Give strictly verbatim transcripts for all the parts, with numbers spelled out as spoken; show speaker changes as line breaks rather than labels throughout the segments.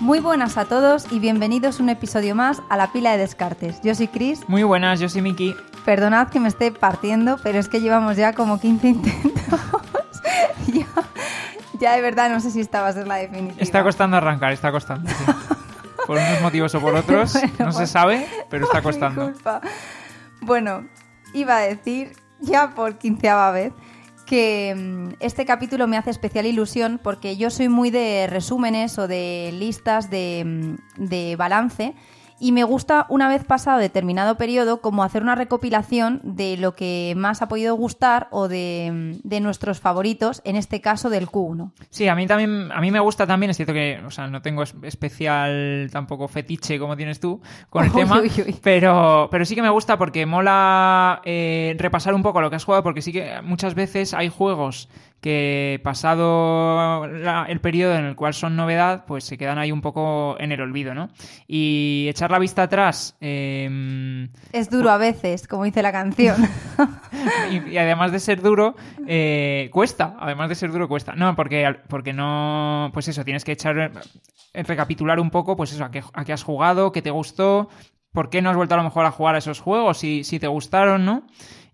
Muy buenas a todos y bienvenidos un episodio más a La Pila de Descartes. Yo soy Cris.
Muy buenas, yo soy Miki.
Perdonad que me esté partiendo, pero es que llevamos ya como quince intentos. ya, ya de verdad no sé si esta va a ser la definitiva.
Está costando arrancar, está costando, sí. Por unos motivos o por otros, bueno, no se sabe, pero está costando.
Mi culpa. Bueno, iba a decir, ya por quinceava vez, que este capítulo me hace especial ilusión porque yo soy muy de resúmenes o de listas de, de balance y me gusta, una vez pasado determinado periodo, como hacer una recopilación de lo que más ha podido gustar o de, de nuestros favoritos, en este caso del Q uno.
Sí, a mí también, a mí me gusta también, es cierto que, o sea, no tengo especial tampoco fetiche como tienes tú con el uy, tema, uy, uy. Pero, pero sí que me gusta porque mola eh, repasar un poco lo que has jugado, porque sí que muchas veces hay juegos que pasado la, el periodo en el cual son novedad, pues se quedan ahí un poco en el olvido, ¿no? Y echar la vista atrás... Eh,
es duro a veces, como dice la canción.
y, y además de ser duro, eh, cuesta. Además de ser duro, cuesta. No, porque, porque no... Pues eso, tienes que echar... Recapitular un poco, pues eso, a qué, a qué has jugado, qué te gustó, por qué no has vuelto a lo mejor a jugar a esos juegos, si, si te gustaron, ¿no?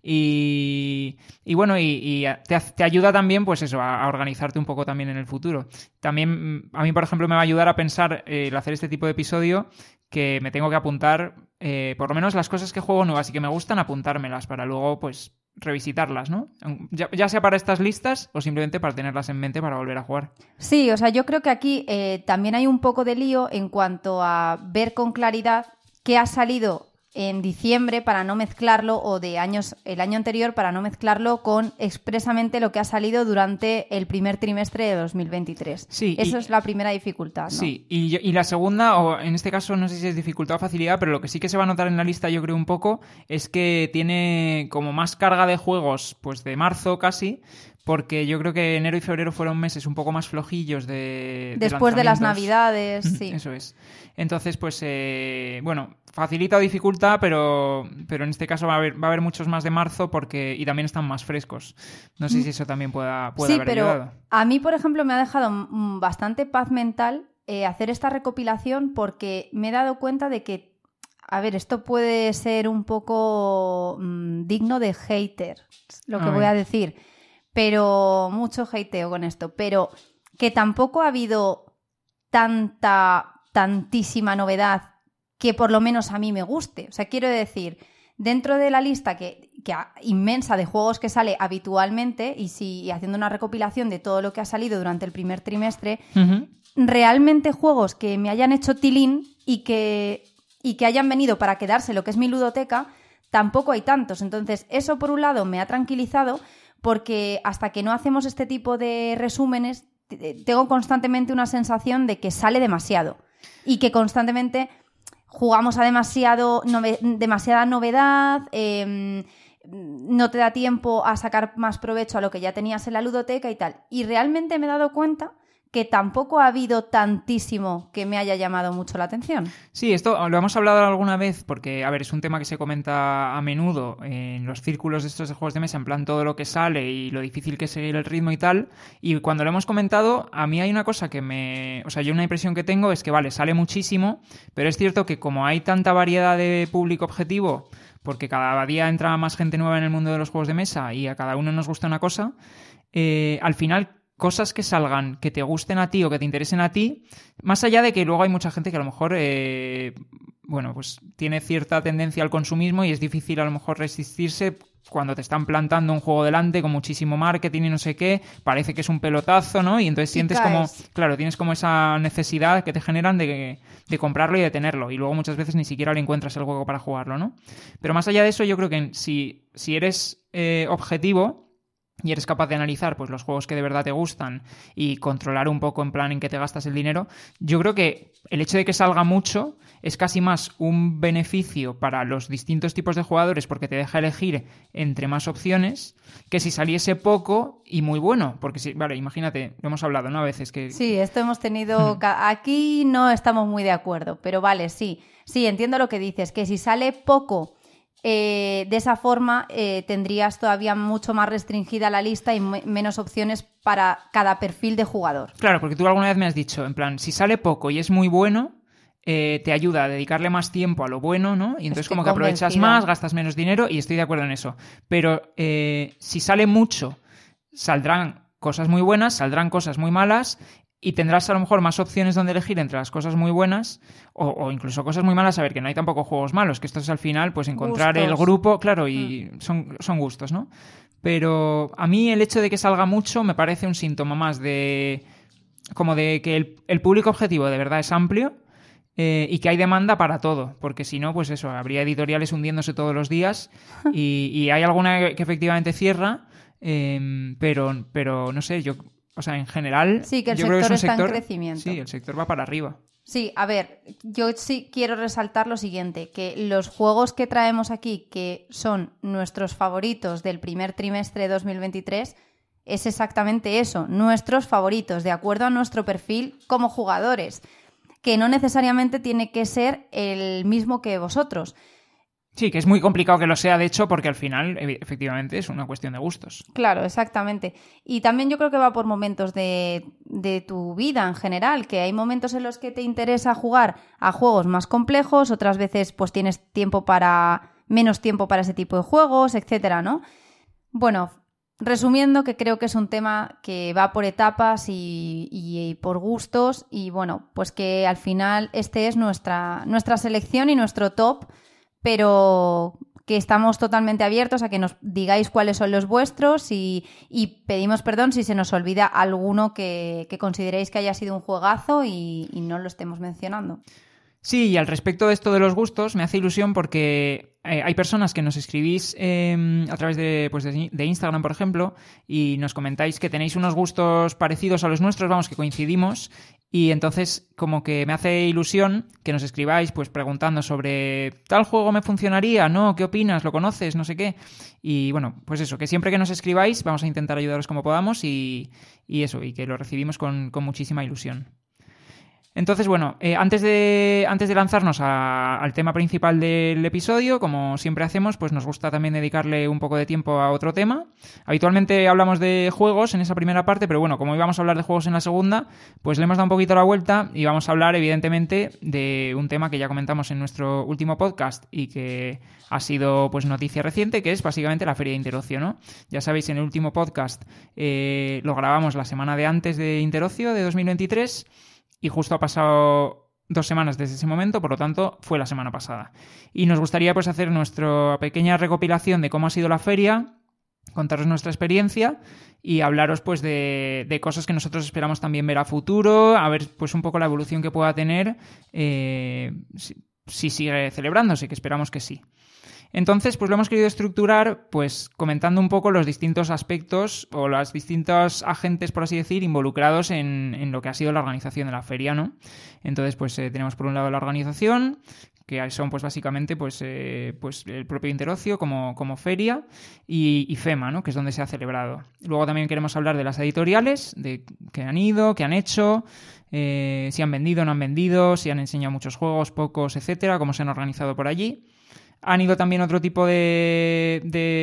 Y, y bueno, y, y te, te ayuda también, pues eso, a, a organizarte un poco también en el futuro. También, a mí, por ejemplo, me va a ayudar a pensar eh, el hacer este tipo de episodio que me tengo que apuntar, eh, por lo menos las cosas que juego nuevas y que me gustan, apuntármelas para luego, pues, revisitarlas, ¿no? Ya, ya sea para estas listas o simplemente para tenerlas en mente para volver a jugar.
Sí, o sea, yo creo que aquí eh, también hay un poco de lío en cuanto a ver con claridad qué ha salido en diciembre para no mezclarlo, o de años el año anterior para no mezclarlo con expresamente lo que ha salido durante el primer trimestre de dos mil veintitrés. Sí, eso y, es la primera dificultad, ¿no?
Sí, y, y la segunda, o en este caso no sé si es dificultad o facilidad, pero lo que sí que se va a notar en la lista, yo creo un poco, es que tiene como más carga de juegos, pues de marzo casi, porque yo creo que enero y febrero fueron meses un poco más flojillos de, de
después de las navidades, sí.
Eso es. Entonces, pues, eh, bueno, facilita o dificulta, pero, pero en este caso va a haber, va a haber muchos más de marzo porque y también están más frescos. No sé si eso también pueda, puede
sí,
haber
pero
ayudado.
A mí, por ejemplo, me ha dejado bastante paz mental eh, hacer esta recopilación porque me he dado cuenta de que, a ver, esto puede ser un poco mmm, digno de hater, lo que a voy a decir. Pero mucho hateo con esto, pero que tampoco ha habido tanta, tantísima novedad que por lo menos a mí me guste. O sea, quiero decir, dentro de la lista que, que inmensa de juegos que sale habitualmente, y si y haciendo una recopilación de todo lo que ha salido durante el primer trimestre, uh-huh. realmente juegos que me hayan hecho tilín y que, y que hayan venido para quedarse lo que es mi ludoteca, tampoco hay tantos. Entonces, eso por un lado me ha tranquilizado, porque hasta que no hacemos este tipo de resúmenes tengo constantemente una sensación de que sale demasiado y que constantemente jugamos a demasiado nove- demasiada novedad, eh, no te da tiempo a sacar más provecho a lo que ya tenías en la ludoteca y tal. Y realmente me he dado cuenta que tampoco ha habido tantísimo que me haya llamado mucho la atención.
Sí, esto lo hemos hablado alguna vez porque, a ver, es un tema que se comenta a menudo en los círculos de estos de juegos de mesa, en plan todo lo que sale y lo difícil que es seguir el ritmo y tal, y cuando lo hemos comentado, a mí hay una cosa que me... O sea, yo una impresión que tengo es que, vale, sale muchísimo, pero es cierto que como hay tanta variedad de público objetivo, porque cada día entra más gente nueva en el mundo de los juegos de mesa y a cada uno nos gusta una cosa, eh, al final... cosas que salgan, que te gusten a ti o que te interesen a ti, más allá de que luego hay mucha gente que a lo mejor, eh, bueno, pues tiene cierta tendencia al consumismo y es difícil a lo mejor resistirse cuando te están plantando un juego delante con muchísimo marketing y no sé qué, parece que es un pelotazo, ¿no? Y entonces sientes como, claro, tienes como esa necesidad que te generan de, de comprarlo y de tenerlo, y luego muchas veces ni siquiera le encuentras el juego para jugarlo, ¿no? Pero más allá de eso, yo creo que si, si eres eh, objetivo y eres capaz de analizar pues los juegos que de verdad te gustan y controlar un poco en plan en qué te gastas el dinero, yo creo que el hecho de que salga mucho es casi más un beneficio para los distintos tipos de jugadores porque te deja elegir entre más opciones que si saliese poco y muy bueno, porque si, vale, imagínate, lo hemos hablado, ¿no? A veces que...
Sí, esto hemos tenido... Aquí no estamos muy de acuerdo, pero vale, sí, sí, entiendo lo que dices, que si sale poco Eh, de esa forma eh, tendrías todavía mucho más restringida la lista y me- menos opciones para cada perfil de jugador.
Claro, porque tú alguna vez me has dicho, en plan, si sale poco y es muy bueno, eh, te ayuda a dedicarle más tiempo a lo bueno, ¿no? Y entonces
Estoy
como que aprovechas
convencida.
más, gastas menos dinero y estoy de acuerdo en eso. Pero eh, si sale mucho, saldrán cosas muy buenas, saldrán cosas muy malas y tendrás a lo mejor más opciones donde elegir entre las cosas muy buenas o, o incluso cosas muy malas. A ver, que no hay tampoco juegos malos, que esto es al final pues encontrar
Gustos.
el grupo, claro, y mm. son, son gustos, ¿no? Pero a mí el hecho de que salga mucho me parece un síntoma más de... como de que el, el público objetivo de verdad es amplio eh, y que hay demanda para todo, porque si no, pues eso, habría editoriales hundiéndose todos los días y, y hay alguna que efectivamente cierra, eh, pero, pero no sé, yo, o sea, en general,
Sí, que el
yo creo que es
sector
un
está en
sector,
crecimiento.
sí, el sector va para arriba.
Sí, a ver, yo sí quiero resaltar lo siguiente, que los juegos que traemos aquí, que son nuestros favoritos del primer trimestre de dos mil veintitrés, es exactamente eso, nuestros favoritos, de acuerdo a nuestro perfil como jugadores, que no necesariamente tiene que ser el mismo que vosotros.
Sí, que es muy complicado que lo sea, de hecho, porque al final, efectivamente, es una cuestión de gustos.
Claro, exactamente. Y también yo creo que va por momentos de, de tu vida en general, que hay momentos en los que te interesa jugar a juegos más complejos, otras veces pues tienes tiempo para menos tiempo para ese tipo de juegos, etcétera, ¿no? Bueno, resumiendo, que creo que es un tema que va por etapas y, y, y por gustos y bueno, pues que al final este es nuestra, nuestra selección y nuestro top, pero que estamos totalmente abiertos a que nos digáis cuáles son los vuestros y, y pedimos perdón si se nos olvida alguno que, que consideréis que haya sido un juegazo y, y no lo estemos mencionando.
Sí, y al respecto de esto de los gustos, me hace ilusión porque eh, hay personas que nos escribís eh, a través de, pues de, de Instagram, por ejemplo, y nos comentáis que tenéis unos gustos parecidos a los nuestros, vamos, que coincidimos, y entonces como que me hace ilusión que nos escribáis pues preguntando sobre tal juego me funcionaría, ¿no? ¿Qué opinas? ¿Lo conoces? No sé qué. Y bueno, pues eso, que siempre que nos escribáis vamos a intentar ayudaros como podamos y, y eso, y que lo recibimos con, con muchísima ilusión. Entonces, bueno, eh, antes de antes de lanzarnos a, al tema principal del episodio, como siempre hacemos, pues nos gusta también dedicarle un poco de tiempo a otro tema. Habitualmente hablamos de juegos en esa primera parte, pero bueno, como íbamos a hablar de juegos en la segunda, pues le hemos dado un poquito la vuelta y vamos a hablar, evidentemente, de un tema que ya comentamos en nuestro último podcast y que ha sido pues noticia reciente, que es básicamente la Feria de Interocio, ¿no? Ya sabéis, en el último podcast eh, lo grabamos la semana de antes de Interocio de dos mil veintitrés. Y justo ha pasado dos semanas desde ese momento, por lo tanto, fue la semana pasada. Y nos gustaría pues hacer nuestra pequeña recopilación de cómo ha sido la feria, contaros nuestra experiencia y hablaros pues de, de cosas que nosotros esperamos también ver a futuro, a ver pues un poco la evolución que pueda tener eh, si, si sigue celebrándose, que esperamos que sí. Entonces, pues lo hemos querido estructurar pues comentando un poco los distintos aspectos o los distintos agentes, por así decir, involucrados en, en lo que ha sido la organización de la feria, ¿no? Entonces, pues eh, tenemos por un lado la organización, que son pues básicamente pues, eh, pues el propio Interocio como, como feria y, y FEMA, ¿no? Que es donde se ha celebrado. Luego también queremos hablar de las editoriales, de qué han ido, qué han hecho, eh, si han vendido o no han vendido, si han enseñado muchos juegos, pocos, etcétera, cómo se han organizado por allí. Han ido también otro tipo de,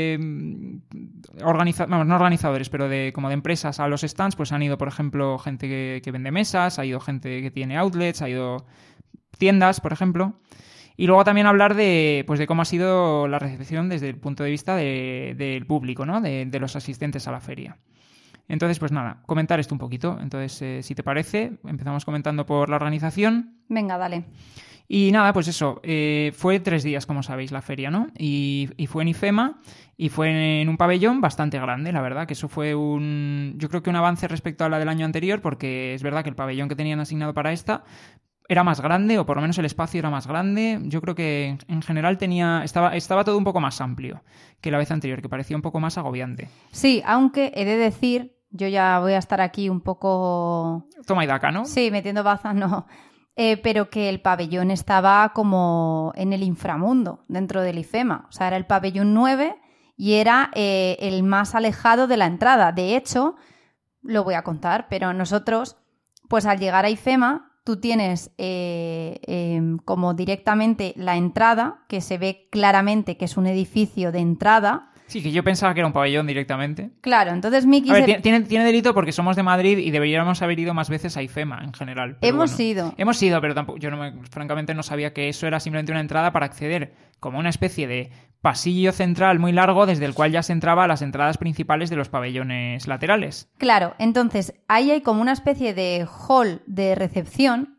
de organiza, vamos, no organizadores, pero de como de empresas a los stands, pues han ido, por ejemplo, gente que, que vende mesas, ha ido gente que tiene outlets, ha ido tiendas, por ejemplo. Y luego también hablar de, pues de cómo ha sido la recepción desde el punto de vista de, del público, ¿no? De, de los asistentes a la feria. Entonces, pues nada, comentar esto un poquito. Entonces, eh, si te parece, empezamos comentando por la organización.
Venga, dale.
Y nada, pues eso, eh, fue tres días, como sabéis, la feria, ¿no? Y, y fue en IFEMA y fue en un pabellón bastante grande, la verdad, que eso fue un, yo creo que un avance respecto a la del año anterior, porque es verdad que el pabellón que tenían asignado para esta era más grande, o por lo menos el espacio era más grande. Yo creo que en general tenía estaba, estaba todo un poco más amplio que la vez anterior, que parecía un poco más agobiante.
Sí, aunque he de decir, yo ya voy a estar aquí un poco...
Toma y daca, ¿no?
Sí, metiendo bazas, no... Eh, pero que el pabellón estaba como en el inframundo, dentro del IFEMA. O sea, era el pabellón nueve y era eh, el más alejado de la entrada. De hecho, lo voy a contar, pero nosotros, pues al llegar a IFEMA, tú tienes eh, eh, como directamente la entrada, que se ve claramente que es un edificio de entrada.
Sí, que yo pensaba que era un pabellón directamente.
Claro, entonces Miki...
A ver,
se...
tiene, tiene delito porque somos de Madrid y deberíamos haber ido más veces a IFEMA en general.
Hemos
bueno,
ido.
Hemos ido, pero tampoco, yo no me, francamente no sabía que eso era simplemente una entrada para acceder como una especie de pasillo central muy largo desde el cual ya se entraba a las entradas principales de los pabellones laterales.
Claro, entonces ahí hay como una especie de hall de recepción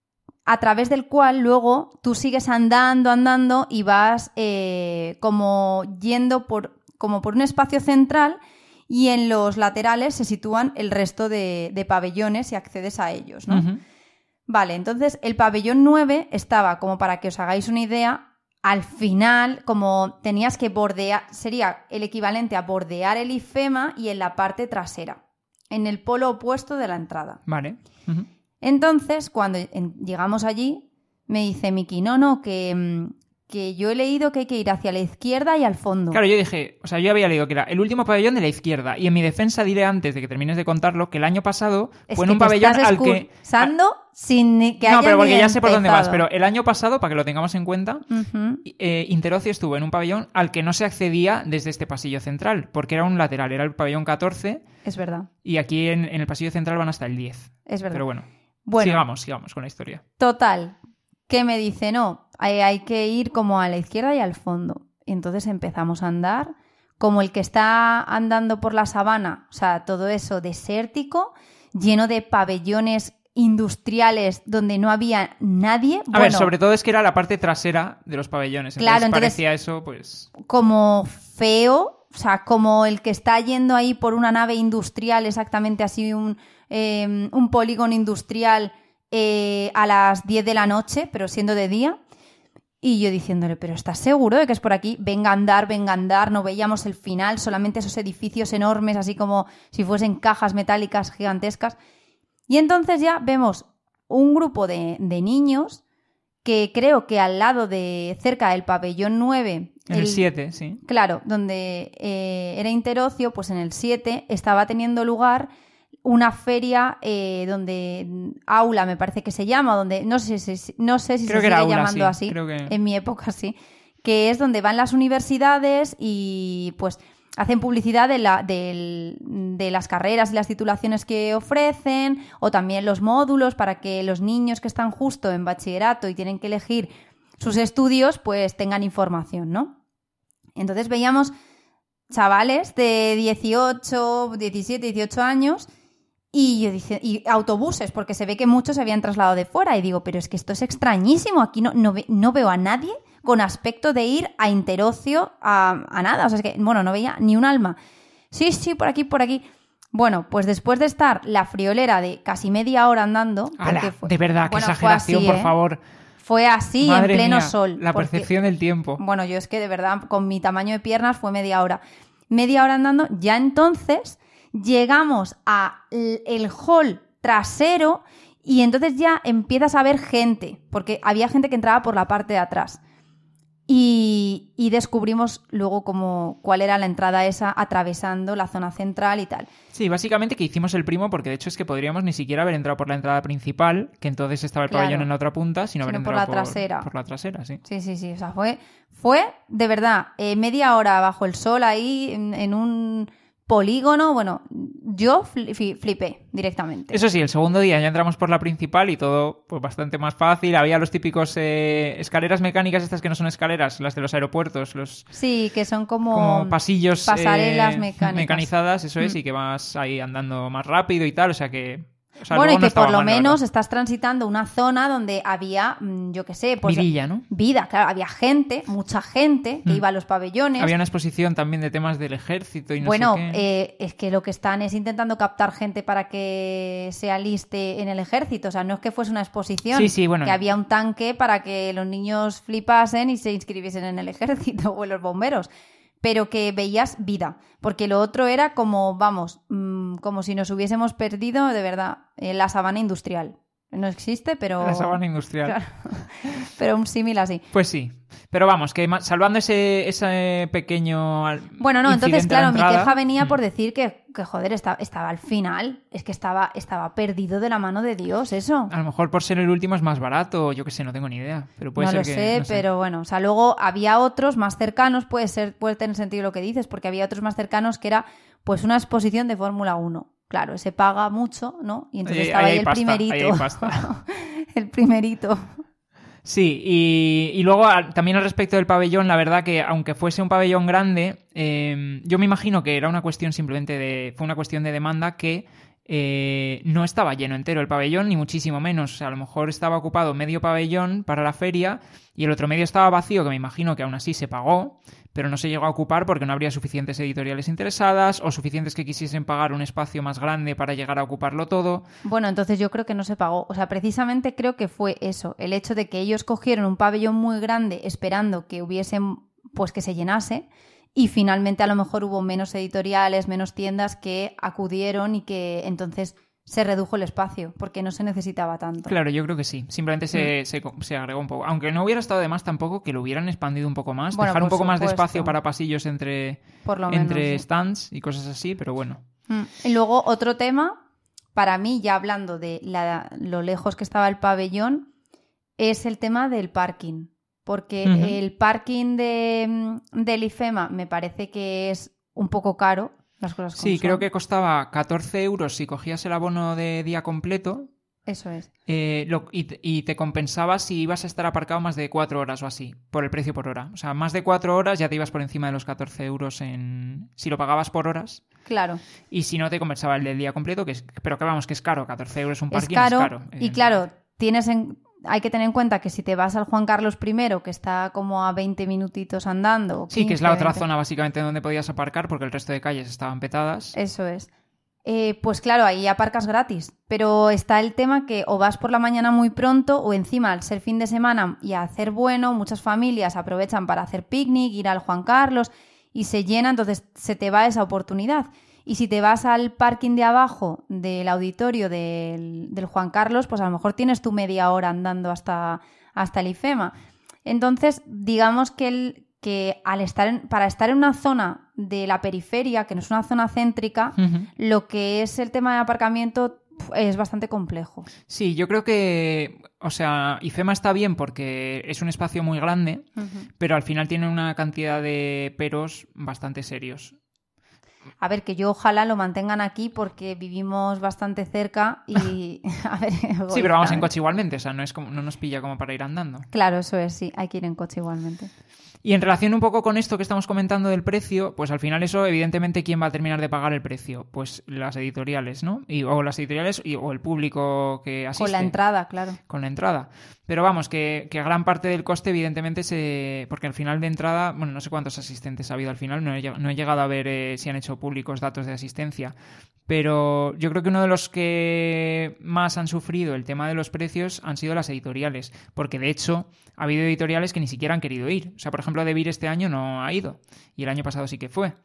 a través del cual luego tú sigues andando, andando y vas eh, como yendo por, como por un espacio central y en los laterales se sitúan el resto de, de pabellones y accedes a ellos, ¿no?
Uh-huh.
Vale, entonces el pabellón nueve estaba, como para que os hagáis una idea, al final, como tenías que bordear, sería el equivalente a bordear el IFEMA y en la parte trasera, en el polo opuesto de la entrada.
Vale. Uh-huh.
Entonces, cuando en, llegamos allí, me dice Miki, no, no, que, que yo he leído que hay que ir hacia la izquierda y al fondo.
Claro, yo dije, o sea, yo había leído que era el último pabellón de la izquierda y en mi defensa diré antes de que termines de contarlo que el año pasado
es
fue
que
en un
te
pabellón
estás
al que...
excusando sin que
No,
haya
pero porque
ni
ya sé por dónde vas,
empezado.
pero el año pasado, para que lo tengamos en cuenta,
Uh-huh.
eh, Interocio estuvo en un pabellón al que no se accedía desde este pasillo central, porque era un lateral, era el pabellón catorce
Es verdad,
y aquí en, en el pasillo central van hasta el diez.
es verdad.
Pero bueno,
Bueno,
sigamos, sigamos con la historia.
total, que me dice, no, hay, hay que ir como a la izquierda y al fondo. Y entonces empezamos a andar como el que está andando por la sabana, o sea, todo eso desértico, lleno de pabellones industriales donde no había nadie.
A
bueno,
ver, sobre todo es que era la parte trasera de los pabellones, entonces
Claro, entonces-
parecía eso, pues...
como feo, o sea, como el que está yendo ahí por una nave industrial, exactamente así, un, eh, un polígono industrial eh, a las diez de la noche, pero siendo de día. Y yo diciéndole, ¿pero estás seguro de que es por aquí? Venga a andar, venga a andar, no veíamos el final, solamente esos edificios enormes, así como si fuesen cajas metálicas gigantescas. Y entonces ya vemos un grupo de, de niños que creo que al lado de, cerca del pabellón nueve...
En el siete, sí.
Claro, donde eh, era Interocio, pues en el siete estaba teniendo lugar una feria eh, donde Aula me parece que se llama, donde no sé si, no sé si
Creo
se
que era
sigue
Aula,
llamando
sí,
así,
creo que-
en mi época sí, que es donde van las universidades y pues hacen publicidad de, la, del- de las carreras y las titulaciones que ofrecen, o también los módulos para que los niños que están justo en bachillerato y tienen que elegir sus estudios, pues tengan información, ¿no? Entonces veíamos chavales de dieciocho, diecisiete, dieciocho años y yo dice, y autobuses, porque se ve que muchos se habían trasladado de fuera. Y digo, pero es que esto es extrañísimo. Aquí no, no, ve, no veo a nadie con aspecto de ir a Interocio a, a nada. O sea, es que, bueno, no veía ni un alma. Sí, sí, por aquí, por aquí. Bueno, pues después de estar la friolera de casi media hora andando...
¡Hala!
porque fue-
De verdad, qué
bueno, fue
exageración,
así,
por
¿eh?
favor.
Fue así,
Madre
en pleno
mía,
sol.
la
porque-
percepción del tiempo.
Bueno, yo es que de verdad, con mi tamaño de piernas fue media hora. Media hora andando, ya entonces llegamos a l- el hall trasero y entonces ya empiezas a ver gente, porque había gente que entraba por la parte de atrás. Y, y descubrimos luego como cuál era la entrada esa atravesando la zona central y tal.
Sí, básicamente que hicimos el primo porque de hecho es que podríamos ni siquiera haber entrado por la entrada principal, que entonces estaba el
Claro.
pabellón en la otra punta, sino, haber
Sino por
entrado
la trasera.
por la trasera, sí.
Sí, sí, sí. O sea, fue, fue de verdad, eh, media hora bajo el sol ahí en, en un polígono. Bueno, yo fli- flipé directamente.
Eso sí, el segundo día ya entramos por la principal y todo pues bastante más fácil. Había los típicos eh, escaleras mecánicas, estas que no son escaleras, las de los aeropuertos, los
Sí, que son como,
como pasillos
pasarelas
eh,
mecánicas.
mecanizadas, eso es,
Mm.
y que vas ahí andando más rápido y tal, o sea que... o sea,
bueno,
luego
y
no
que
estaba
por lo
mal, la
menos
verdad.
estás transitando una zona donde había, mm, yo qué sé, pues
Vidilla, ¿no?
vida, claro, había gente, mucha gente que
Mm.
iba a los pabellones.
Había una exposición también de temas del ejército y no
Bueno,
sé qué.
eh, es que lo que están es intentando captar gente para que se aliste en el ejército. O sea, no es que fuese una exposición,
Sí, sí, bueno.
que había un tanque para que los niños flipasen y se inscribiesen en el ejército o en los bomberos. Pero que veías vida. Porque lo otro era como, vamos, mmm, como si nos hubiésemos perdido, de verdad, en la sabana industrial. No existe, pero...
La sabana industrial.
Claro. Pero un símil así.
Pues sí. Pero vamos, que salvando ese, ese pequeño
Bueno, no, entonces, claro,
entrada,
mi queja venía
mm.
por decir que, que joder, estaba, estaba al final. Es que estaba, estaba perdido de la mano de Dios, eso.
A lo mejor por ser el último es más barato, yo qué sé, no tengo ni idea. Pero puede
no
ser
lo
que,
sé,
no sé,
pero bueno, o sea, luego había otros más cercanos, puede ser, puede tener sentido lo que dices, porque había otros más cercanos que era pues una exposición de Fórmula uno. Claro, se paga mucho, ¿no? Y entonces
Ahí-
estaba
ahí
ahí,
hay
el
pasta,
primerito.
ahí hay pasta.
El primerito.
Sí, y, y luego a- también al respecto del pabellón, la verdad que aunque fuese un pabellón grande, eh, yo me imagino que era una cuestión simplemente de... fue una cuestión de demanda que eh, no estaba lleno entero el pabellón, ni muchísimo menos. O sea, a lo mejor estaba ocupado medio pabellón para la feria y el otro medio estaba vacío, que me imagino que aún así se pagó, pero no se llegó a ocupar porque no habría suficientes editoriales interesadas o suficientes que quisiesen pagar un espacio más grande para llegar a ocuparlo todo.
Bueno, entonces yo creo que no se pagó. O sea, precisamente creo que fue eso, el hecho de que ellos cogieron un pabellón muy grande esperando que hubiesen, pues que se llenase, y finalmente a lo mejor hubo menos editoriales, menos tiendas que acudieron y que entonces se redujo el espacio porque no se necesitaba tanto.
Claro, yo creo que sí. Simplemente se,
Mm.
se, se agregó un poco. Aunque no hubiera estado de más tampoco que lo hubieran expandido un poco más.
Bueno,
dejar un
por
poco más de
supuesto.
espacio para pasillos entre,
Por lo
entre
menos, sí.
stands y cosas así, pero bueno.
Mm. Y luego otro tema, para mí, ya hablando de la, lo lejos que estaba el pabellón, es el tema del parking. Porque
Ujú.
el parking de, del IFEMA me parece que es un poco caro. Las cosas como
Sí,
son.
creo que costaba catorce euros si cogías el abono de día completo.
Eso es.
Eh, lo- y, te- y te compensaba si ibas a estar aparcado más de cuatro horas o así, por el precio por hora. O sea, más de cuatro horas ya te ibas por encima de los catorce euros en si lo pagabas por horas.
Claro.
Y si no, te compensaba el del día completo, que es, pero que vamos, que es caro. catorce euros un
Es
parking
caro,
es caro.
y claro, tienes en, hay que tener en cuenta que si te vas al Juan Carlos I, que está como a veinte minutitos andando. O
Sí, que es la
quince,
otra
veinte.
zona básicamente donde podías aparcar porque el resto de calles estaban petadas.
Eso es. Eh, pues claro, ahí aparcas gratis. Pero está el tema que o vas por la mañana muy pronto o encima al ser fin de semana y a hacer bueno, muchas familias aprovechan para hacer picnic, ir al Juan Carlos y se llena, entonces se te va esa oportunidad. Y si te vas al parking de abajo del auditorio del, del Juan Carlos, pues a lo mejor tienes tu media hora andando hasta, hasta el IFEMA. Entonces, digamos que, el, que al estar en, para estar en una zona de la periferia, que no es una zona céntrica,
Ujú.
lo que es el tema de aparcamiento pf, es bastante complejo.
Sí, yo creo que, o sea, IFEMA está bien porque es un espacio muy grande,
Uh-huh.
pero al final tiene una cantidad de peros bastante serios.
A ver, que yo ojalá lo mantengan aquí porque vivimos bastante cerca y... a ver,
Sí, pero vamos en
egoístamente.
coche igualmente, o sea, no, es como, no nos pilla como para ir andando.
Claro, eso es, sí, hay que ir en coche igualmente.
Y en relación un poco con esto que estamos comentando del precio, pues al final eso, evidentemente, ¿quién va a terminar de pagar el precio? Pues las editoriales, ¿no? Y, o las editoriales y, o el público que asiste.
Con la entrada, claro.
Con la entrada. Pero vamos, que, que gran parte del coste, evidentemente, se. Porque al final de entrada, bueno, no sé cuántos asistentes ha habido al final, no he, lleg- no he llegado a ver eh, si han hecho públicos datos de asistencia. Pero yo creo que uno de los que más han sufrido el tema de los precios han sido las editoriales. Porque de hecho, ha habido editoriales que ni siquiera han querido ir. O sea, por ejemplo, De Beer este año no ha ido. Y el año pasado sí que fue.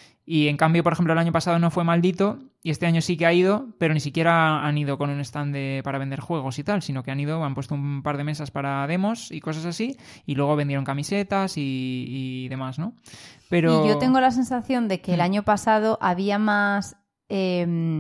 Y en cambio, por ejemplo, el año pasado no fue Maldito y este año sí que ha ido, pero ni siquiera han ido con un stand de- para vender juegos y tal, sino que han ido, han puesto un par de mesas para demos y cosas así, y luego vendieron camisetas y, y demás, ¿no? Pero...
Y yo tengo la sensación de que el
Mm.
año pasado había más eh,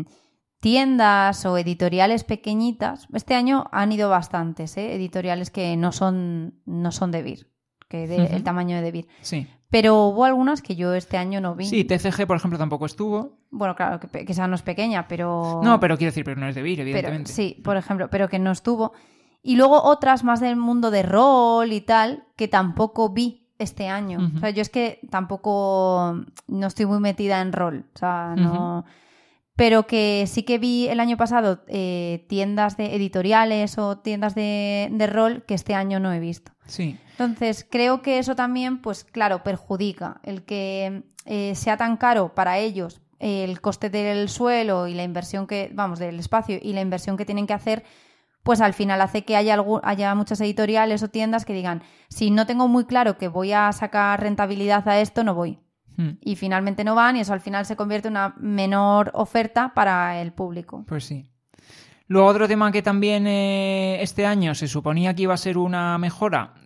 tiendas o editoriales pequeñitas. Este año han ido bastantes, ¿eh? Editoriales que no son, no son de Beer, que de,
Ujú.
el tamaño de Beer.
Sí.
Pero hubo algunas que yo este año no vi.
Sí, T C G, por ejemplo, tampoco estuvo.
Bueno, claro, que, que esa no es pequeña, pero...
No, pero quiero decir, pero no es de Beer,
Pero,
evidentemente.
sí, por ejemplo, pero que no estuvo. Y luego otras más del mundo de rol y tal, que tampoco vi este año.
Ujú.
O sea, yo es que tampoco no estoy muy metida en rol. O sea, no... Pero que sí que vi el año pasado eh, tiendas de editoriales o tiendas de, de rol que este año no he visto.
Sí.
Entonces, creo que eso también, pues claro, perjudica el que eh, sea tan caro para ellos eh, el coste del suelo y la inversión que, vamos, del espacio y la inversión que tienen que hacer, pues al final hace que haya, algún, haya muchas editoriales o tiendas que digan, si no tengo muy claro que voy a sacar rentabilidad a esto, no voy.
Mm.
Y finalmente no van y eso al final se convierte en una menor oferta para el público.
Pues sí. Luego otro tema que también eh, este año se suponía que iba a ser una mejora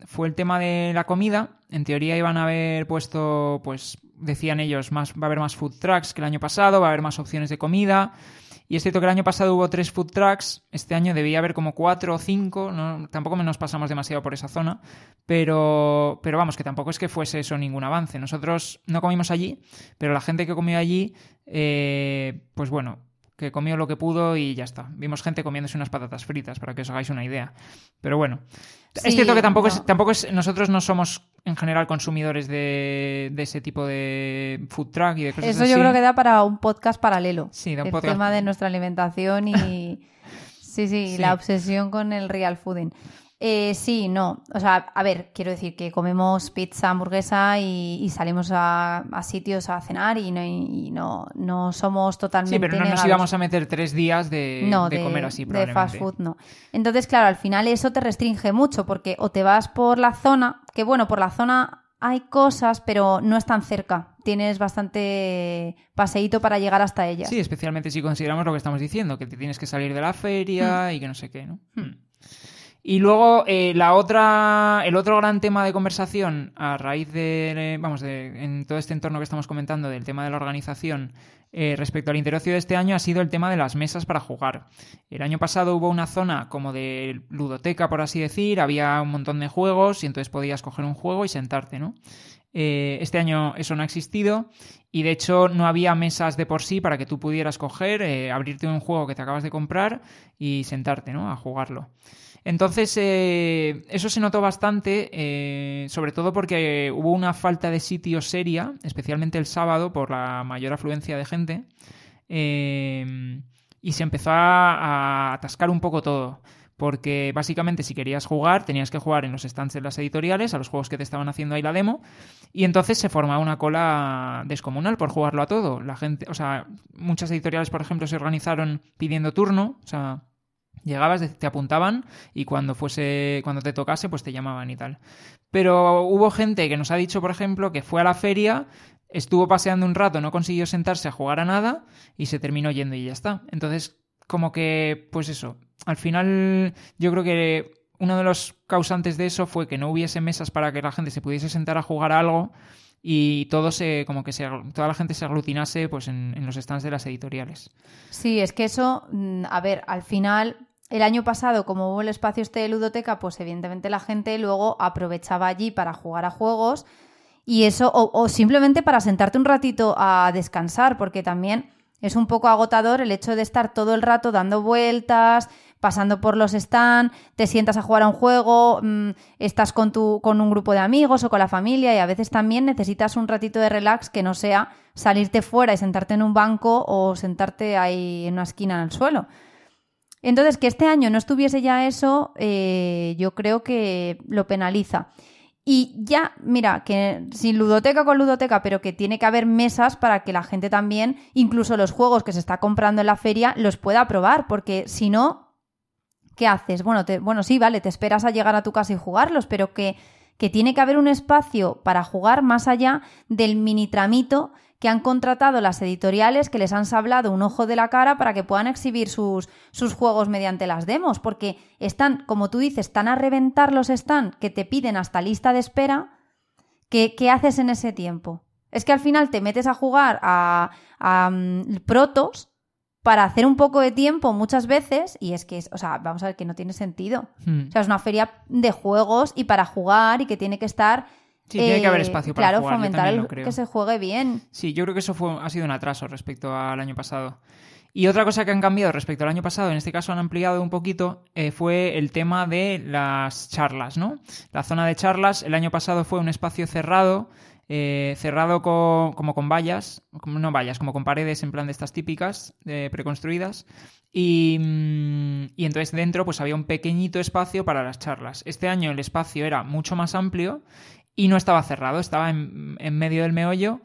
fue el tema de la comida. En teoría iban a haber puesto, pues decían ellos, más, va a haber más food trucks que el año pasado, va a haber más opciones de comida. Y es cierto que el año pasado hubo tres food trucks, este año debía haber como cuatro o cinco, no, tampoco nos pasamos demasiado por esa zona, pero, pero vamos, que tampoco es que fuese eso ningún avance. Nosotros no comimos allí, pero la gente que comió allí, eh, pues bueno, que comió lo que pudo y ya está. Vimos gente comiéndose unas patatas fritas, para que os hagáis una idea. Pero bueno, sí, es cierto que tampoco, no. es, tampoco es... Nosotros no somos, en general, consumidores de, de ese tipo de food truck y de cosas
Eso
así.
Yo creo que da para un podcast paralelo.
Sí, da un
el
podcast.
tema de nuestra alimentación y... sí, sí, sí, la obsesión con el real fooding. Eh, sí, no. O sea, a ver, quiero decir que comemos pizza, hamburguesa y, y salimos a, a sitios a cenar y no, y no, no somos totalmente
Sí, pero no
negados.
nos íbamos a meter tres días de,
no,
de,
de
comer así,
de
probablemente.
fast food, no. Entonces, claro, al final eso te restringe mucho porque o te vas por la zona, que bueno, por la zona hay cosas, pero no es tan cerca. Tienes bastante paseíto para llegar hasta ellas.
Sí, especialmente si consideramos lo que estamos diciendo, que te tienes que salir de la feria mm. y que no sé qué, ¿no? Mm. Y luego eh, la otra, el otro gran tema de conversación a raíz de, vamos, de, en todo este entorno que estamos comentando del tema de la organización eh, respecto al interocio de este año ha sido el tema de las mesas para jugar. El año pasado hubo una zona como de ludoteca, por así decir, había un montón de juegos y entonces podías coger un juego y sentarte, ¿no? Eh, este año eso no ha existido y de hecho no había mesas de por sí para que tú pudieras coger, eh, abrirte un juego que te acabas de comprar y sentarte, ¿no? A jugarlo. Entonces, eh, eso se notó bastante, eh, sobre todo porque hubo una falta de sitio seria, especialmente el sábado, por la mayor afluencia de gente, eh, y se empezó a atascar un poco todo. Porque básicamente si querías jugar, tenías que jugar en los stands de las editoriales, a los juegos que te estaban haciendo ahí la demo, y entonces se formaba una cola descomunal por jugarlo a todo. La gente, o sea, muchas editoriales, por ejemplo, se organizaron pidiendo turno, o sea, llegabas, te apuntaban y cuando fuese, cuando te tocase, pues te llamaban y tal. Pero hubo gente que nos ha dicho, por ejemplo, que fue a la feria, estuvo paseando un rato, no consiguió sentarse a jugar a nada y se terminó yendo y ya está. Entonces, como que, pues eso, al final yo creo que uno de los causantes de eso fue que no hubiese mesas para que la gente se pudiese sentar a jugar a algo y todo se, como que se, toda la gente se aglutinase pues en, en los stands de las editoriales.
Sí, es que eso, a ver, al final, el año pasado, como hubo el espacio este de ludoteca, pues evidentemente la gente luego aprovechaba allí para jugar a juegos y eso, o, o simplemente para sentarte un ratito a descansar, porque también es un poco agotador el hecho de estar todo el rato dando vueltas, pasando por los stands, te sientas a jugar a un juego, mmm, estás con, tu, con un grupo de amigos o con la familia y a veces también necesitas un ratito de relax que no sea salirte fuera y sentarte en un banco o sentarte ahí en una esquina en el suelo. Entonces, que este año no estuviese ya eso, eh, yo creo que lo penaliza. Y ya, mira, que sin ludoteca con ludoteca, pero que tiene que haber mesas para que la gente también, incluso los juegos que se está comprando en la feria, los pueda probar, porque si no, ¿qué haces? Bueno, te, bueno, sí, vale, te esperas a llegar a tu casa y jugarlos, pero que, que tiene que haber un espacio para jugar más allá del mini tramito que han contratado las editoriales, que les han sablado un ojo de la cara para que puedan exhibir sus, sus juegos mediante las demos, porque están, como tú dices, tan a reventar los stands que te piden hasta lista de espera, que, ¿qué haces en ese tiempo? Es que al final te metes a jugar a, a um, protos para hacer un poco de tiempo muchas veces y es que, es, o sea, vamos a ver que no tiene sentido. Hmm. O sea, es una feria de juegos y para jugar y que tiene que estar...
Sí, tiene eh, que haber espacio para
claro,
jugar.
Fomentar el, que se juegue bien.
Sí, yo creo que eso fue, ha sido un atraso respecto al año pasado. Y otra cosa que han cambiado respecto al año pasado, en este caso han ampliado un poquito, eh, fue el tema de las charlas, ¿no? La zona de charlas, el año pasado fue un espacio cerrado, eh, cerrado con, como con vallas, como, no vallas, como con paredes en plan de estas típicas, eh, preconstruidas, y, y entonces dentro pues había un pequeñito espacio para las charlas. Este año el espacio era mucho más amplio y no estaba cerrado, estaba en, en medio del meollo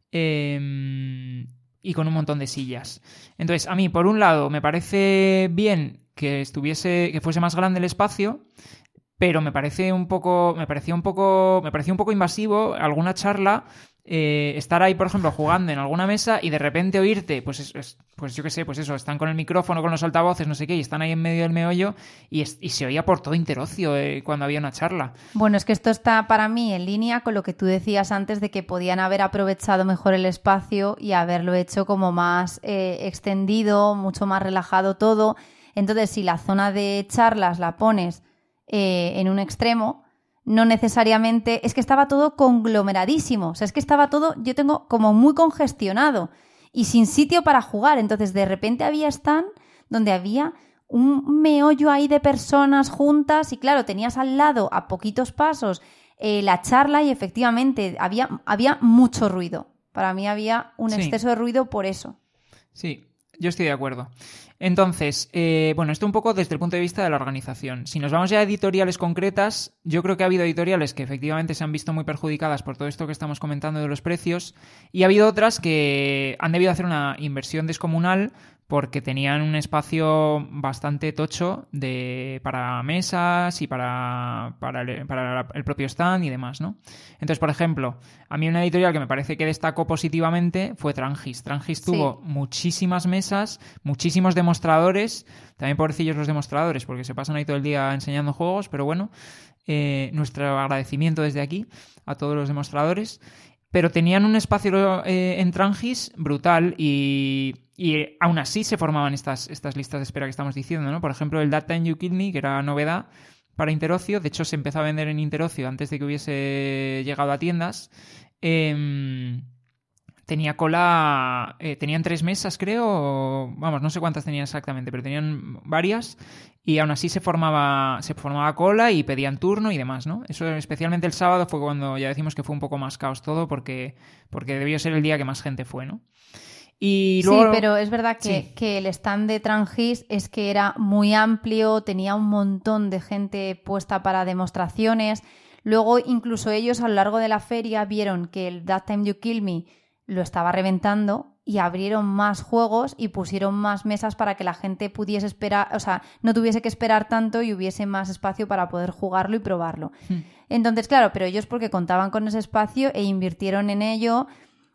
eh, y con un montón de sillas. Entonces, a mí, por un lado, me parece bien que estuviese, que fuese más grande el espacio, pero me parece un poco, me parecía un poco, me parecía un poco invasivo alguna charla eh, estar ahí, por ejemplo, jugando en alguna mesa y de repente oírte, pues, es, es, pues yo qué sé, pues eso, están con el micrófono, con los altavoces, no sé qué, y están ahí en medio del meollo y, es, y se oía por todo Interocio eh, cuando había una charla.
Bueno, es que esto está para mí en línea con lo que tú decías antes de que podían haber aprovechado mejor el espacio y haberlo hecho como más eh, extendido, mucho más relajado todo. Entonces, si la zona de charlas la pones eh, en un extremo, no necesariamente... Es que estaba todo conglomeradísimo. O sea, es que estaba todo, yo tengo como muy congestionado y sin sitio para jugar. Entonces, de repente había stand donde había un meollo ahí de personas juntas y, claro, tenías al lado, a poquitos pasos, eh, la charla y efectivamente había, había mucho ruido. Para mí había un
Sí.
exceso de ruido por eso.
Sí, yo estoy de acuerdo. Entonces, eh, bueno, esto un poco desde el punto de vista de la organización. Si nos vamos ya a editoriales concretas, yo creo que ha habido editoriales que efectivamente se han visto muy perjudicadas por todo esto que estamos comentando de los precios y ha habido otras que han debido hacer una inversión descomunal porque tenían un espacio bastante tocho de, para mesas y para, para, el, para el propio stand y demás, ¿no? Entonces, por ejemplo, a mí una editorial que me parece que destacó positivamente fue Trangis. Trangis tuvo
Sí.
muchísimas mesas, muchísimos demostradores, también pobrecillos los demostradores porque se pasan ahí todo el día enseñando juegos, pero bueno, eh, nuestro agradecimiento desde aquí a todos los demostradores. Pero tenían un espacio eh, en Trangis brutal y, y aún así se formaban estas, estas listas de espera que estamos diciendo, ¿no? Por ejemplo, el That Time You Killed Me, que era novedad para Interocio. De hecho, se empezó a vender en Interocio antes de que hubiese llegado a tiendas. Eh, tenía cola... Eh, tenían tres mesas, creo. O, vamos, no sé cuántas tenían exactamente, pero tenían varias. Y aún así se formaba, se formaba cola y pedían turno y demás, ¿no? Eso especialmente el sábado fue cuando ya decimos que fue un poco más caos todo porque, porque debió ser el día que más gente fue, ¿no? Y luego...
Sí, pero es verdad que,
Sí.
que el stand de Trangis es que era muy amplio, tenía un montón de gente puesta para demostraciones. Luego, incluso ellos a lo largo de la feria vieron que el That Time You Kill Me lo estaba reventando y abrieron más juegos y pusieron más mesas para que la gente pudiese esperar, o sea, no tuviese que esperar tanto y hubiese más espacio para poder jugarlo y probarlo.
Hmm.
Entonces, claro, pero ellos porque contaban con ese espacio e invirtieron en ello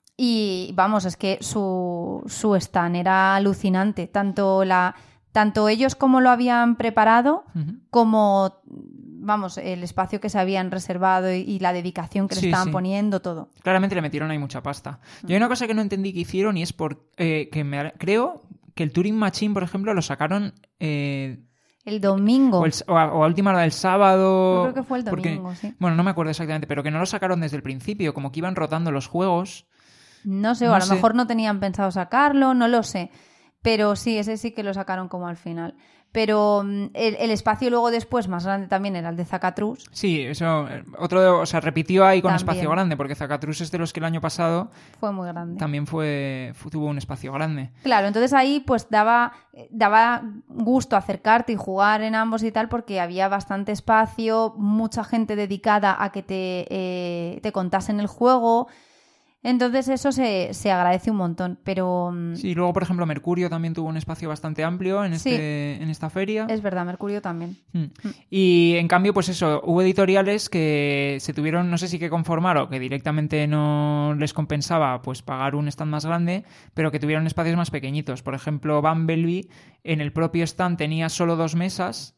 y, vamos, es que su, su stand era alucinante. Tanto, la, tanto ellos como lo habían preparado,
Uh-huh.
como, vamos, el espacio que se habían reservado y, y la dedicación que le
Sí,
estaban
sí.
poniendo, todo.
Claramente le metieron ahí mucha pasta. Y hay una cosa que no entendí que hicieron y es por eh, que me, creo que el Turing Machine, por ejemplo, lo sacaron eh,
El domingo.
o, el- o a, o a última hora del sábado.
Yo creo que fue el
porque-
domingo, sí.
Bueno, no me acuerdo exactamente, pero que no lo sacaron desde el principio, como que iban rotando los juegos.
No sé, o
No
a lo
sé.
mejor no tenían pensado sacarlo, no lo sé. Pero sí, ese sí que lo sacaron como al final. Pero mm, el, el espacio luego después más grande también era el de Zacatrus.
Sí, eso. eh, Otro, de- o sea, repitió ahí con
También.
espacio grande, porque Zacatrus es de los que el año pasado
Fue muy grande.
también fue, fu- tuvo un espacio grande.
Claro, entonces ahí pues daba, daba gusto acercarte y jugar en ambos y tal porque había bastante espacio, mucha gente dedicada a que te, eh, te contasen el juego. Entonces eso se, se agradece un montón, pero mm,
Sí, luego, por ejemplo, Mercurio también tuvo un espacio bastante amplio en,
Sí.
este, en esta feria.
es verdad, Mercurio también.
Mm. Y en cambio, pues eso, hubo editoriales que se tuvieron, no sé si que conformar o que directamente no les compensaba pues pagar un stand más grande, pero que tuvieron espacios más pequeñitos. Por ejemplo, Bumblebee en el propio stand tenía solo dos mesas.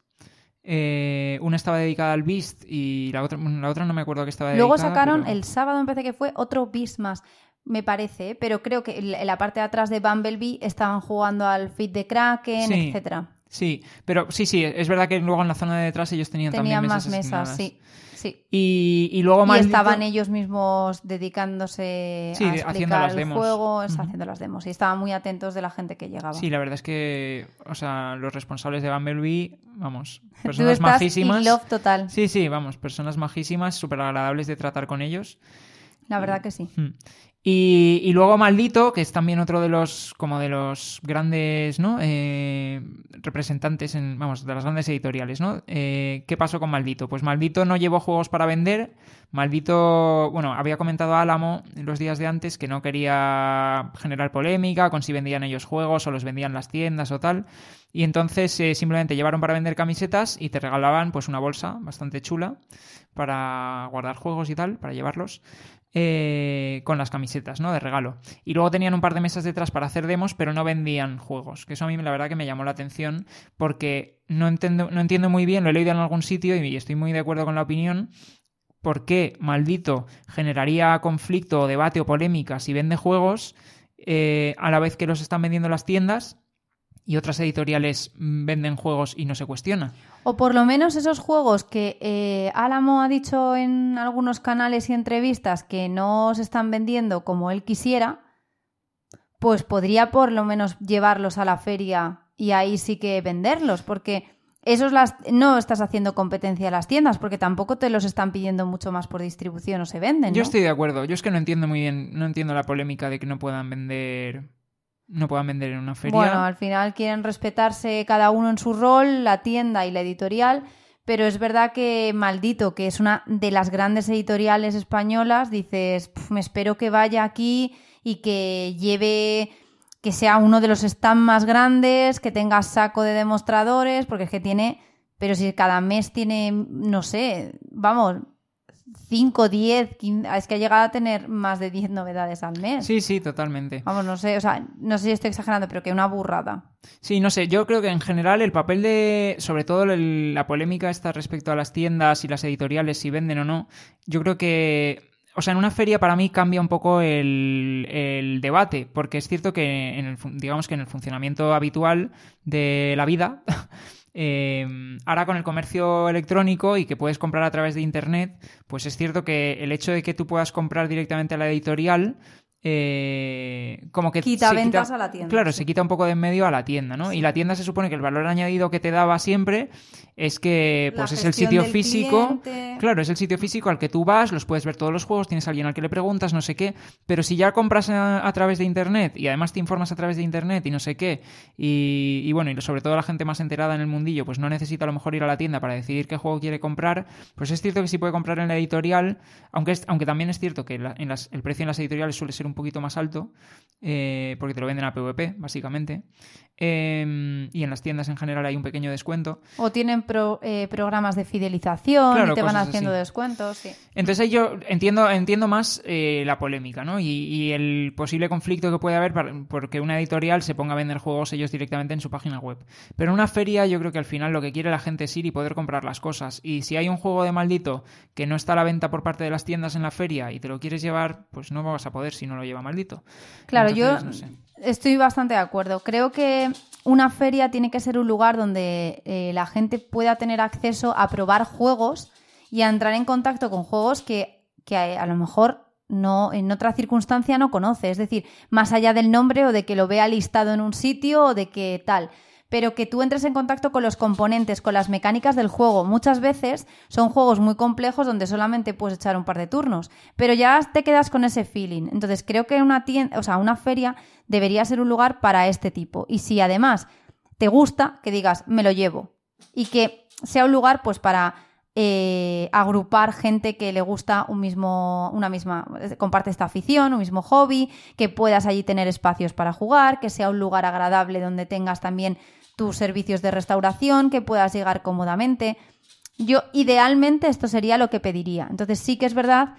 Eh, una estaba dedicada al Beast y la otra, la otra no me acuerdo a qué estaba
Luego
dedicada.
sacaron,
pero-
el sábado me parece que fue otro Beast más, me parece, ¿eh? Pero creo que en la parte de atrás de Bumblebee estaban jugando al Fit de Kraken,
Sí.
etcétera.
Sí, pero sí, sí, es verdad que luego en la zona de detrás ellos tenían,
Tenían
también
más
mesas
mesas,
asignadas.
sí. Sí.
Y, y luego
Y
Maldito-
estaban ellos mismos dedicándose
Sí,
a
haciendo
explicar
las
el
demos.
juego, es,
Ujú.
haciendo las demos. Y estaban muy atentos de la gente que llegaba.
Sí, la verdad es que, o sea, los responsables de Bumblebee, vamos,
Tú
personas
estás
majísimas.
in love total.
Sí, sí, vamos, personas majísimas, súper agradables de tratar con ellos.
La verdad que sí.
Mm. Y, y luego Maldito, que es también otro de los, como de los grandes, ¿no? Eh, representantes, en, vamos, de las grandes editoriales, ¿no? Eh, ¿qué pasó con Maldito? Pues Maldito no llevó juegos para vender. Maldito, bueno, había comentado Álamo en los días de antes que no quería generar polémica con si vendían ellos juegos o los vendían las tiendas o tal. Y entonces eh, simplemente llevaron para vender camisetas y te regalaban pues una bolsa bastante chula para guardar juegos y tal, para llevarlos. eh, con las camisetas, ¿no? De regalo. Y luego tenían un par de mesas detrás para hacer demos, pero no vendían juegos. Que eso a mí la verdad que me llamó la atención porque no entiendo, no entiendo muy bien, lo he leído en algún sitio y estoy muy de acuerdo con la opinión, por qué Maldito generaría conflicto o debate o polémica si vende juegos eh, a la vez que los están vendiendo las tiendas y otras editoriales venden juegos y no se cuestiona.
O por lo menos esos juegos que eh, Álamo ha dicho en algunos canales y entrevistas que no se están vendiendo como él quisiera, pues podría por lo menos llevarlos a la feria y ahí sí que venderlos, porque esos las, no estás haciendo competencia a las tiendas, porque tampoco te los están pidiendo mucho más por distribución o se venden, ¿no?
Yo estoy de acuerdo. Yo es que no entiendo muy bien, no entiendo la polémica de que no puedan vender... no puedan vender en una feria.
Bueno, al final quieren respetarse cada uno en su rol, la tienda y la editorial, pero es verdad que Maldito, que es una de las grandes editoriales españolas, dices, me espero que vaya aquí y que lleve, que sea uno de los stands más grandes, que tenga saco de demostradores, porque es que tiene, pero si cada mes tiene, no sé, vamos... cinco, diez, quince, es que ha llegado a tener más de diez novedades al mes.
Sí, sí, totalmente.
Vamos, no sé, o sea, no sé si estoy exagerando, pero que una burrada.
Sí, no sé, yo creo que en general el papel de, sobre todo el, la polémica esta respecto a las tiendas y las editoriales, si venden o no, yo creo que, o sea, en una feria para mí cambia un poco el, el debate, porque es cierto que, en el, digamos que en el funcionamiento habitual de la vida... Eh, ahora con el comercio electrónico y que puedes comprar a través de internet, pues es cierto que el hecho de que tú puedas comprar directamente a la editorial eh, como que
quita
se
ventas
quita,
a la tienda.
Claro,
sí.
se quita un poco de en medio a la tienda, ¿no? Sí. Y la tienda se supone que el valor añadido que te daba siempre es que pues
la
es el sitio físico,
cliente.
Claro, es el sitio físico al que tú vas, los puedes ver todos los juegos, tienes a alguien al que le preguntas, no sé qué, pero si ya compras a, a través de internet y además te informas a través de internet y no sé qué, y, y bueno, y sobre todo la gente más enterada en el mundillo, pues no necesita a lo mejor ir a la tienda para decidir qué juego quiere comprar, pues es cierto que sí puede comprar en la editorial, aunque, es, aunque también es cierto que la, en las, el precio en las editoriales suele ser un poquito más alto, eh, porque te lo venden a P V P, básicamente. Eh, y en las tiendas en general hay un pequeño descuento.
O tienen pro, eh, programas de fidelización, claro, y te van haciendo
así.
descuentos. Sí.
Entonces ahí yo entiendo, entiendo más eh, la polémica, ¿no? Y, y el posible conflicto que puede haber para, porque una editorial se ponga a vender juegos ellos directamente en su página web. Pero en una feria yo creo que al final lo que quiere la gente es ir y poder comprar las cosas. Y si hay un juego de Maldito que no está a la venta por parte de las tiendas en la feria y te lo quieres llevar, pues no vas a poder si no lo lleva Maldito.
Claro,
Entonces,
yo...
no sé.
Estoy bastante de acuerdo. Creo que una feria tiene que ser un lugar donde eh, la gente pueda tener acceso a probar juegos y a entrar en contacto con juegos que, que a, a lo mejor no, en otra circunstancia no conoce. Es decir, más allá del nombre o de que lo vea listado en un sitio o de que tal. Pero que tú entres en contacto con los componentes, con las mecánicas del juego. Muchas veces son juegos muy complejos donde solamente puedes echar un par de turnos, pero ya te quedas con ese feeling. Entonces creo que una tienda, o sea, una feria debería ser un lugar para este tipo. Y si además te gusta, que digas, me lo llevo. Y que sea un lugar pues para eh, agrupar gente que le gusta un mismo, una misma, comparte esta afición, un mismo hobby, que puedas allí tener espacios para jugar, que sea un lugar agradable donde tengas también tus servicios de restauración, que puedas llegar cómodamente. Yo, idealmente, esto sería lo que pediría. Entonces sí que es verdad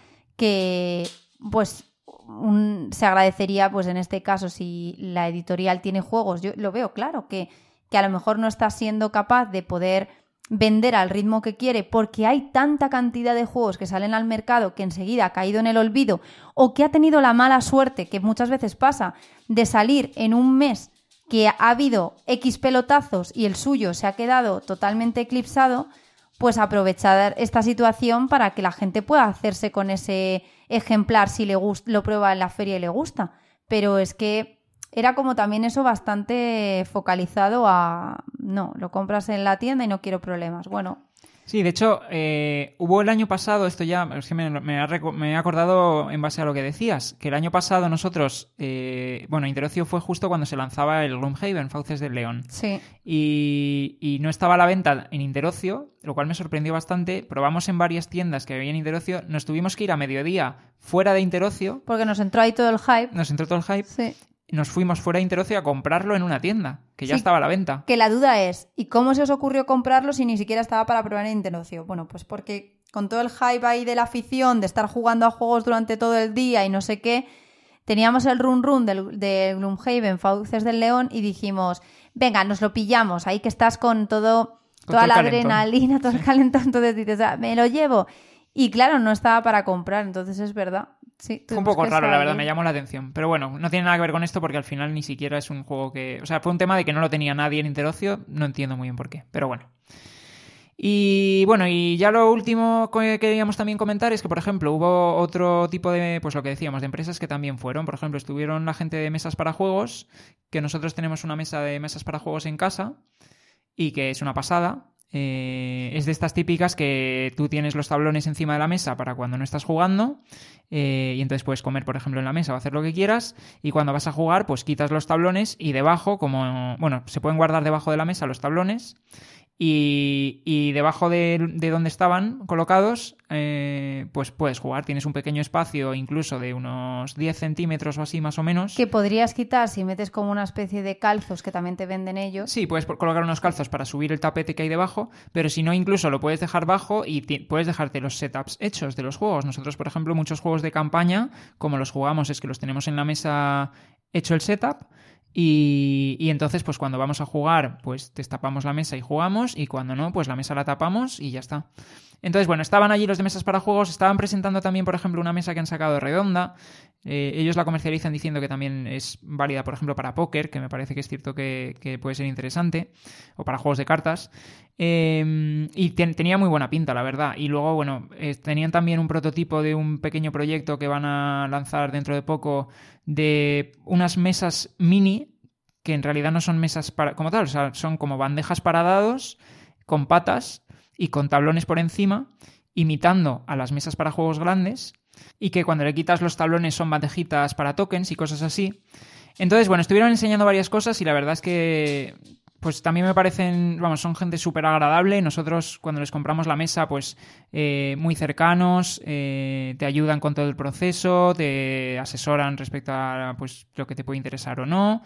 que pues un, se agradecería, pues en este caso, si la editorial tiene juegos, yo lo veo claro, que, que a lo mejor no está siendo capaz de poder vender al ritmo que quiere porque hay tanta cantidad de juegos que salen al mercado que enseguida ha caído en el olvido o que ha tenido la mala suerte, que muchas veces pasa, de salir en un mes que ha habido X pelotazos y el suyo se ha quedado totalmente eclipsado, pues aprovechar esta situación para que la gente pueda hacerse con ese ejemplar si le gusta, lo prueba en la feria y le gusta. Pero es que era como también eso bastante focalizado a no, lo compras en la tienda y no quiero problemas. Bueno.
Sí, de hecho, eh, hubo el año pasado, esto ya es que me, me, ha, me he acordado en base a lo que decías, que el año pasado nosotros, eh, bueno, Interocio fue justo cuando se lanzaba el Gloomhaven, Fauces del León.
Sí.
Y, y no estaba a la venta en Interocio, lo cual me sorprendió bastante. Probamos en varias tiendas que había en Interocio, nos tuvimos que ir a mediodía fuera de Interocio.
Porque nos entró ahí todo el hype.
Nos entró todo el hype.
Sí.
Nos fuimos fuera de Interocio a comprarlo en una tienda, que ya sí, estaba a la venta.
Que la duda es, ¿y cómo se os ocurrió comprarlo si ni siquiera estaba para probar en Interocio? Bueno, pues porque con todo el hype ahí de la afición, de estar jugando a juegos durante todo el día y no sé qué, teníamos el run run del, de Gloomhaven, Fauces del León, y dijimos, venga, nos lo pillamos, ahí que estás con todo,
con
toda
todo
la
calentón.
adrenalina, todo el calentón, entonces dices, ah, me lo llevo. Y claro, no estaba para comprar, entonces es verdad. Sí,
fue un poco raro, la verdad, me llamó la atención. Pero bueno, no tiene nada que ver con esto porque al final ni siquiera es un juego que... O sea, fue un tema de que no lo tenía nadie en Interocio, no entiendo muy bien por qué, pero bueno. Y bueno, y ya lo último que queríamos también comentar es que, por ejemplo, hubo otro tipo de, pues lo que decíamos, de empresas que también fueron. Por ejemplo, estuvieron la gente de mesas para juegos, que nosotros tenemos una mesa de mesas para juegos en casa y que es una pasada. Eh, es de estas típicas que tú tienes los tablones encima de la mesa para cuando no estás jugando eh, y entonces puedes comer, por ejemplo, en la mesa o hacer lo que quieras, y cuando vas a jugar pues quitas los tablones y debajo, como bueno, se pueden guardar debajo de la mesa los tablones y, y debajo de, de donde estaban colocados eh, pues puedes jugar. Tienes un pequeño espacio incluso de unos diez centímetros o así más o menos.
Que podrías quitar si metes como una especie de calzos que también te venden ellos.
Sí, puedes colocar unos calzos para subir el tapete que hay debajo, pero si no incluso lo puedes dejar bajo y t- puedes dejarte los setups hechos de los juegos. Nosotros, por ejemplo, muchos juegos de campaña, como los jugamos es que los tenemos en la mesa hecho el setup. Y, y entonces, pues cuando vamos a jugar, pues destapamos la mesa y jugamos, y cuando no, pues la mesa la tapamos y ya está. Entonces, bueno, estaban allí los de mesas para juegos, estaban presentando también, por ejemplo, una mesa que han sacado redonda. Eh, ellos la comercializan diciendo que también es válida, por ejemplo, para póker, que me parece que es cierto que, que puede ser interesante, o para juegos de cartas. Eh, y ten, tenía muy buena pinta, la verdad. Y luego, bueno, eh, tenían también un prototipo de un pequeño proyecto que van a lanzar dentro de poco de unas mesas mini, que en realidad no son mesas para, como tal, o sea, son como bandejas para dados con patas y con tablones por encima, imitando a las mesas para juegos grandes, y que cuando le quitas los tablones son bandejitas para tokens y cosas así. Entonces, bueno, estuvieron enseñando varias cosas y la verdad es que pues también me parecen, vamos, son gente súper agradable. Nosotros cuando les compramos la mesa, pues eh, muy cercanos, eh, te ayudan con todo el proceso, te asesoran respecto a pues lo que te puede interesar o no.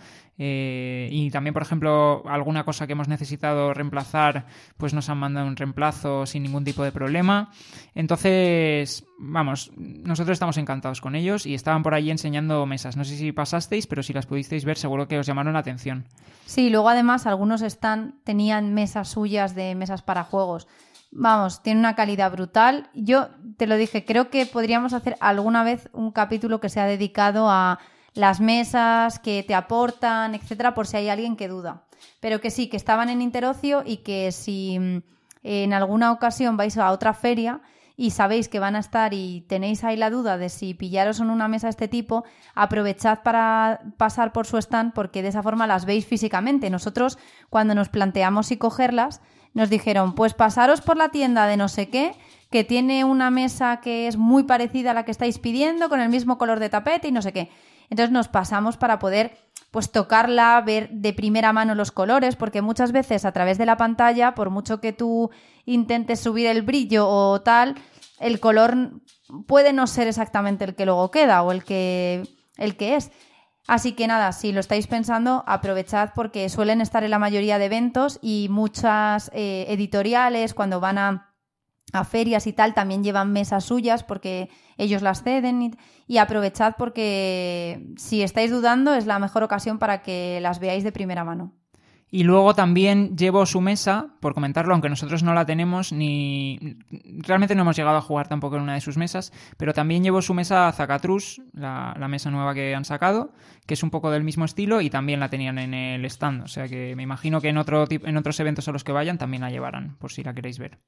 Eh, y también, por ejemplo, alguna cosa que hemos necesitado reemplazar, pues nos han mandado un reemplazo sin ningún tipo de problema. Entonces, vamos, nosotros estamos encantados con ellos y estaban por allí enseñando mesas. No sé si pasasteis, pero si las pudisteis ver, seguro que os llamaron la atención.
Sí, luego además algunos están, tenían mesas suyas de mesas para juegos. Vamos, tiene una calidad brutal. Yo te lo dije, creo que podríamos hacer alguna vez un capítulo que sea dedicado a las mesas que te aportan, etcétera, por si hay alguien que duda. Pero que sí, que estaban en Interocio y que si en alguna ocasión vais a otra feria y sabéis que van a estar y tenéis ahí la duda de si pillaros en una mesa de este tipo, aprovechad para pasar por su stand porque de esa forma las veis físicamente. Nosotros, cuando nos planteamos si cogerlas, nos dijeron, pues pasaros por la tienda de no sé qué, que tiene una mesa que es muy parecida a la que estáis pidiendo, con el mismo color de tapete y no sé qué. Entonces nos pasamos para poder pues tocarla, ver de primera mano los colores, porque muchas veces a través de la pantalla, por mucho que tú intentes subir el brillo o tal, el color puede no ser exactamente el que luego queda o el que, el que es. Así que nada, si lo estáis pensando, aprovechad porque suelen estar en la mayoría de eventos y muchas eh, editoriales cuando van a a ferias y tal, también llevan mesas suyas porque ellos las ceden y, y aprovechad porque si estáis dudando es la mejor ocasión para que las veáis de primera mano.
Y luego también llevo su mesa, por comentarlo, aunque nosotros no la tenemos ni... Realmente no hemos llegado a jugar tampoco en una de sus mesas, pero también llevo su mesa Zacatrus, la, la mesa nueva que han sacado, que es un poco del mismo estilo y también la tenían en el stand. O sea que me imagino que en, otro, en otros eventos a los que vayan también la llevarán, por si la queréis ver.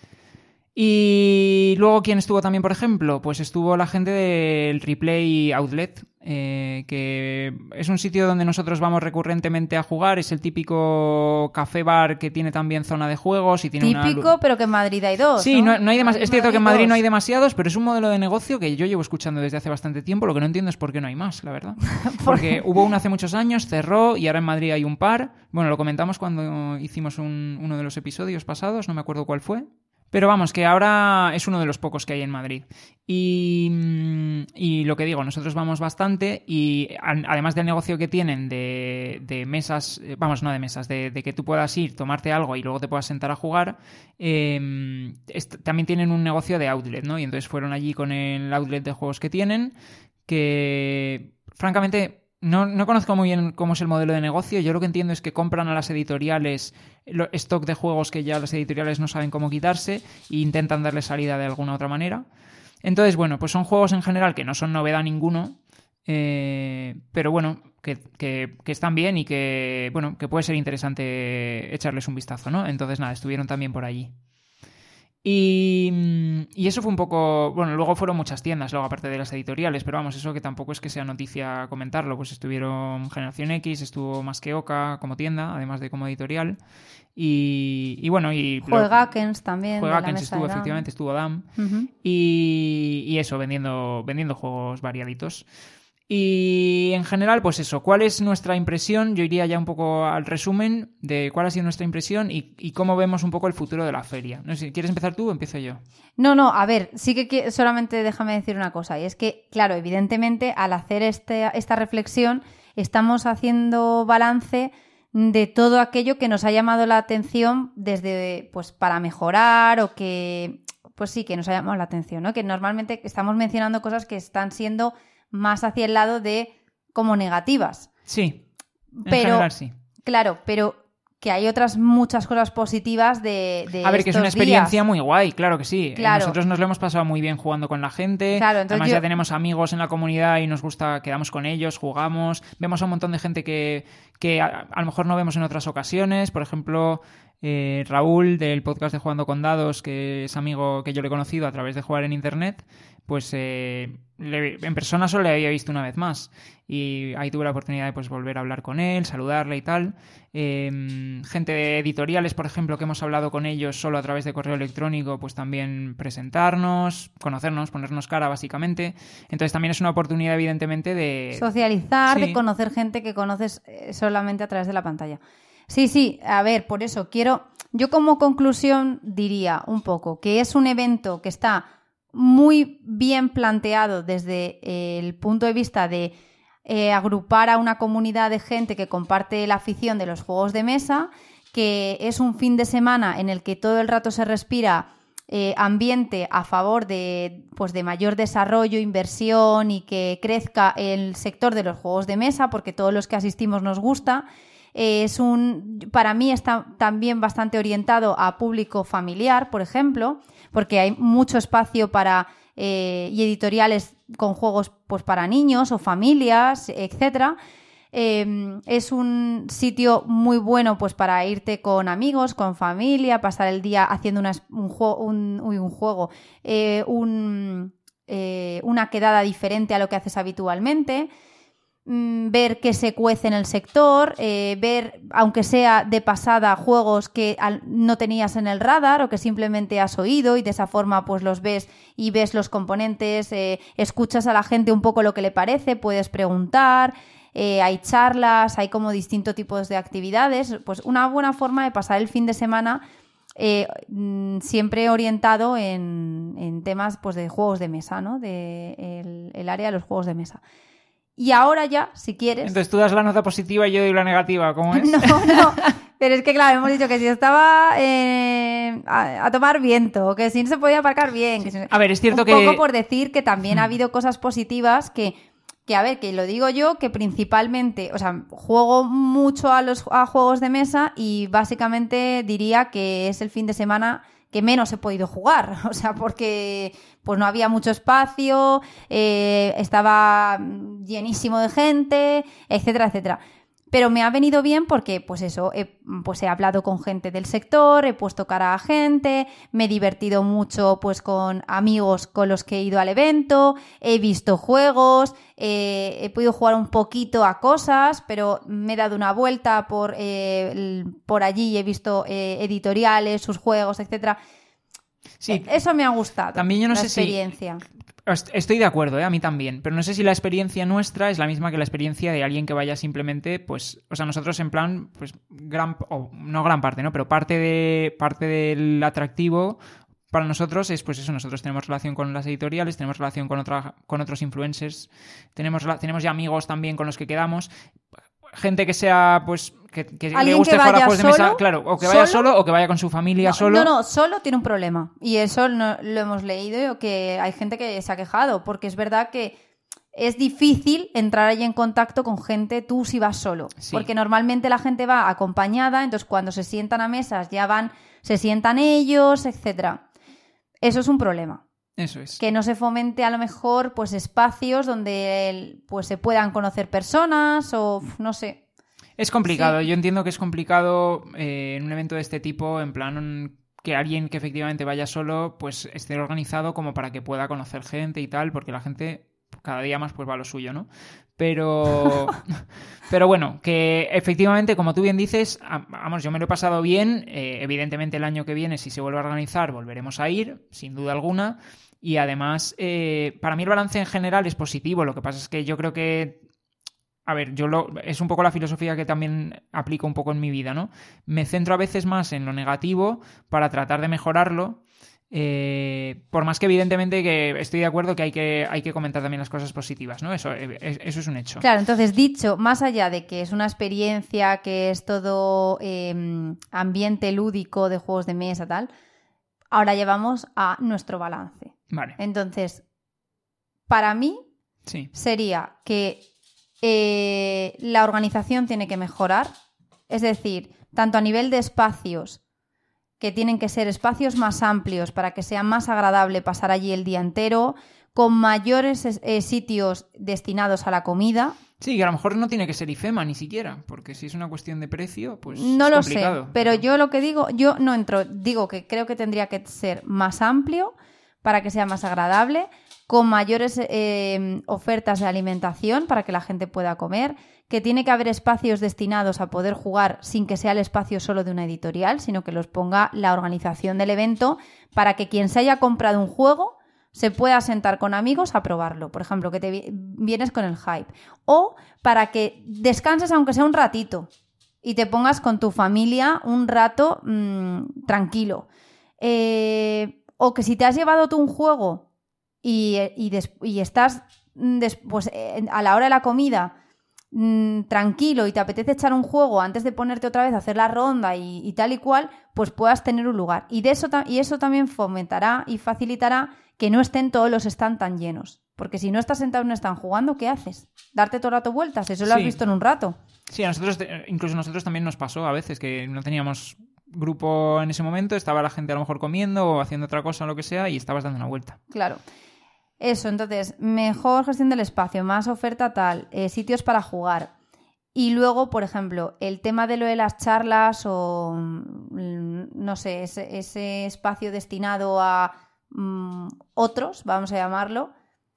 Y luego, ¿quién estuvo también, por ejemplo? Pues estuvo la gente del Replay Outlet, eh, que es un sitio donde nosotros vamos recurrentemente a jugar. Es el típico café-bar que tiene también zona de juegos y tiene
Típico,
una...
pero que en Madrid hay dos,
Sí,
¿no?
no, no hay demas...
Madrid,
es cierto que en
Madrid
Madrid no hay
dos.
demasiados, pero es un modelo de negocio que yo llevo escuchando desde hace bastante tiempo. Lo que no entiendo es por qué no hay más, la verdad. Porque hubo uno hace muchos años, cerró y ahora en Madrid hay un par. Bueno, lo comentamos cuando hicimos un, uno de los episodios pasados, no me acuerdo cuál fue. Pero vamos, que ahora es uno de los pocos que hay en Madrid. Y, y lo que digo, nosotros vamos bastante y además del negocio que tienen de, de mesas, vamos, no de mesas, de, de que tú puedas ir, tomarte algo y luego te puedas sentar a jugar, eh, est- también tienen un negocio de outlet, ¿no? Y entonces fueron allí con el outlet de juegos que tienen, que francamente... No, no conozco muy bien cómo es el modelo de negocio. Yo lo que entiendo es que compran a las editoriales lo, stock de juegos que ya las editoriales no saben cómo quitarse e intentan darle salida de alguna otra manera. Entonces, bueno, pues son juegos en general que no son novedad ninguno, eh, pero bueno, que, que, que están bien y que, bueno, que puede ser interesante echarles un vistazo, ¿no? Entonces, nada, estuvieron también por allí. Y, y eso fue un poco... Bueno, luego fueron muchas tiendas, luego aparte de las editoriales, pero vamos, eso que tampoco es que sea noticia comentarlo. Pues estuvieron Generación X, estuvo Más que Oca como tienda, además de como editorial. Y, y bueno, y...
Juegakens también.
Juegakens estuvo, efectivamente, estuvo D A M.
Uh-huh.
Y, y eso, vendiendo, vendiendo juegos variaditos. Y en general, pues eso, ¿cuál es nuestra impresión? Yo iría ya un poco al resumen de cuál ha sido nuestra impresión y, y cómo vemos un poco el futuro de la feria. No sé, ¿quieres empezar tú o empiezo yo?
No, no, a ver, sí que, que solamente déjame decir una cosa, y es que, claro, evidentemente, al hacer este, esta reflexión, estamos haciendo balance de todo aquello que nos ha llamado la atención desde, pues, para mejorar o que, pues sí, que nos ha llamado la atención, ¿no? Que normalmente estamos mencionando cosas que están siendo más hacia el lado de como negativas.
Sí, en
pero,
general sí.
Claro, pero que hay otras muchas cosas positivas de, de
A ver, que es una experiencia
días.
muy guay, claro que sí.
Claro.
Nosotros nos lo hemos pasado muy bien jugando con la gente.
Claro, entonces
Además
yo...
ya tenemos amigos en la comunidad y nos gusta, quedamos con ellos, jugamos. Vemos a un montón de gente que, que a, a lo mejor no vemos en otras ocasiones. Por ejemplo... Eh, Raúl, del podcast de Jugando con Dados, que es amigo que yo le he conocido a través de jugar en internet, pues eh, le, en persona solo le había visto una vez más y ahí tuve la oportunidad de pues, volver a hablar con él, saludarle y tal. Eh, gente de editoriales, por ejemplo, que hemos hablado con ellos solo a través de correo electrónico, pues también presentarnos, conocernos, ponernos cara básicamente. Entonces también es una oportunidad evidentemente de...
Socializar,
sí.
de conocer gente que conoces solamente a través de la pantalla. Sí, sí, a ver, por eso quiero... Yo como conclusión diría un poco que es un evento que está muy bien planteado desde el punto de vista de eh, agrupar a una comunidad de gente que comparte la afición de los juegos de mesa, que es un fin de semana en el que todo el rato se respira eh, ambiente a favor de, pues, de mayor desarrollo, inversión y que crezca el sector de los juegos de mesa, porque todos los que asistimos nos gusta. Es un, para mí está también bastante orientado a público familiar, por ejemplo, porque hay mucho espacio para eh, y editoriales con juegos pues para niños o familias, etcétera. Eh, es un sitio muy bueno pues para irte con amigos, con familia, pasar el día haciendo una, un, juego, un, uy, un juego, eh, un, eh, una quedada diferente a lo que haces habitualmente. Ver qué se cuece en el sector, eh, ver, aunque sea de pasada, juegos que no tenías en el radar o que simplemente has oído y de esa forma pues los ves y ves los componentes, eh, escuchas a la gente un poco lo que le parece, puedes preguntar, eh, hay charlas, hay como distintos tipos de actividades, pues una buena forma de pasar el fin de semana eh, siempre orientado en, en temas pues de juegos de mesa, ¿no? De el, el área de los juegos de mesa. Y ahora ya, si quieres...
Entonces tú das la nota positiva y yo doy la negativa, ¿cómo es?
No, no, pero es que claro, hemos dicho que si estaba eh, a, a tomar viento, que si no se podía aparcar bien... Que si...
A ver, es cierto
un
que...
Un poco por decir que también ha habido cosas positivas que, que, a ver, que lo digo yo, que principalmente, o sea, juego mucho a los a juegos de mesa y básicamente diría que es el fin de semana que menos he podido jugar, o sea, porque pues no había mucho espacio, eh, estaba llenísimo de gente, etcétera, etcétera. Pero me ha venido bien porque, pues eso, he, pues he hablado con gente del sector, he puesto cara a gente, me he divertido mucho pues con amigos con los que he ido al evento, he visto juegos, eh, he podido jugar un poquito a cosas, pero me he dado una vuelta por, eh, por allí y he visto eh, editoriales, sus juegos, etcétera.
Sí,
eso me ha gustado.
También yo no
la
sé
experiencia.
si... Estoy de acuerdo, ¿eh? A mí también, pero no sé si la experiencia nuestra es la misma que la experiencia de alguien que vaya simplemente, pues, o sea, nosotros en plan, pues, gran, o no gran parte, ¿no? Pero parte de parte del atractivo para nosotros es pues eso, nosotros tenemos relación con las editoriales, tenemos relación con, otra, con otros influencers, tenemos, tenemos ya amigos también con los que quedamos, gente que sea, pues, que, que le guste jugar a juegos de mesa, claro, o que vaya solo, solo o que vaya con su familia
no,
solo.
No, no, solo tiene un problema, y eso no, lo hemos leído, que hay gente que se ha quejado, porque es verdad que es difícil entrar ahí en contacto con gente tú si vas solo, sí. Porque normalmente la gente va acompañada, entonces cuando se sientan a mesas ya van, se sientan ellos, etcétera. Eso es un problema.
Eso es.
Que no se fomente a lo mejor pues espacios donde pues se puedan conocer personas o no sé.
Es complicado,
sí.
Yo entiendo que es complicado eh, en un evento de este tipo, en plan que alguien que efectivamente vaya solo pues esté organizado como para que pueda conocer gente y tal, porque la gente cada día más pues va a lo suyo, ¿no? Pero, pero bueno, que efectivamente, como tú bien dices, vamos, yo me lo he pasado bien. Eh, evidentemente el año que viene, si se vuelve a organizar, volveremos a ir, sin duda alguna. Y además, eh, para mí el balance en general es positivo. Lo que pasa es que yo creo que, a ver, yo lo, es un poco la filosofía que también aplico un poco en mi vida, ¿no? Me centro a veces más en lo negativo para tratar de mejorarlo. Eh, por más que evidentemente que estoy de acuerdo que hay que, hay que comentar también las cosas positivas, ¿no? Eso, eso es un hecho.
Claro, entonces dicho, más allá de que es una experiencia, que es todo eh, ambiente lúdico de juegos de mesa, tal, ahora llevamos a nuestro balance.
Vale.
Entonces, para mí
sí.
sería que eh, la organización tiene que mejorar, es decir, tanto a nivel de espacios, que tienen que ser espacios más amplios para que sea más agradable pasar allí el día entero, con mayores eh, sitios destinados a la comida.
Sí, que a lo mejor no tiene que ser IFEMA ni siquiera, porque si es una cuestión de precio, pues
no
es
lo
complicado.
sé, pero, pero yo lo que digo, yo no entro, digo que creo que tendría que ser más amplio para que sea más agradable, con mayores eh, ofertas de alimentación para que la gente pueda comer, que tiene que haber espacios destinados a poder jugar sin que sea el espacio solo de una editorial, sino que los ponga la organización del evento para que quien se haya comprado un juego se pueda sentar con amigos a probarlo. Por ejemplo, que te vienes con el hype. O para que descanses aunque sea un ratito y te pongas con tu familia un rato mmm, tranquilo. Eh, o que si te has llevado tú un juego y, y, des, y estás des, pues, eh, a la hora de la comida mmm, tranquilo y te apetece echar un juego antes de ponerte otra vez a hacer la ronda y, y tal y cual, pues puedas tener un lugar. Y, de eso, y eso también fomentará y facilitará que no estén todos los stands tan llenos. Porque si no estás sentado en un stand jugando, ¿qué haces? ¿Darte todo el rato vueltas? Eso lo
sí.
has visto en un rato.
Sí, a nosotros, incluso a nosotros también nos pasó a veces que no teníamos grupo en ese momento, estaba la gente a lo mejor comiendo o haciendo otra cosa o lo que sea y estabas dando una vuelta.
Claro. Eso, entonces, mejor gestión del espacio, más oferta tal, eh, sitios para jugar. Y luego, por ejemplo, el tema de lo de las charlas o, no sé, ese, ese espacio destinado a mmm, otros, vamos a llamarlo,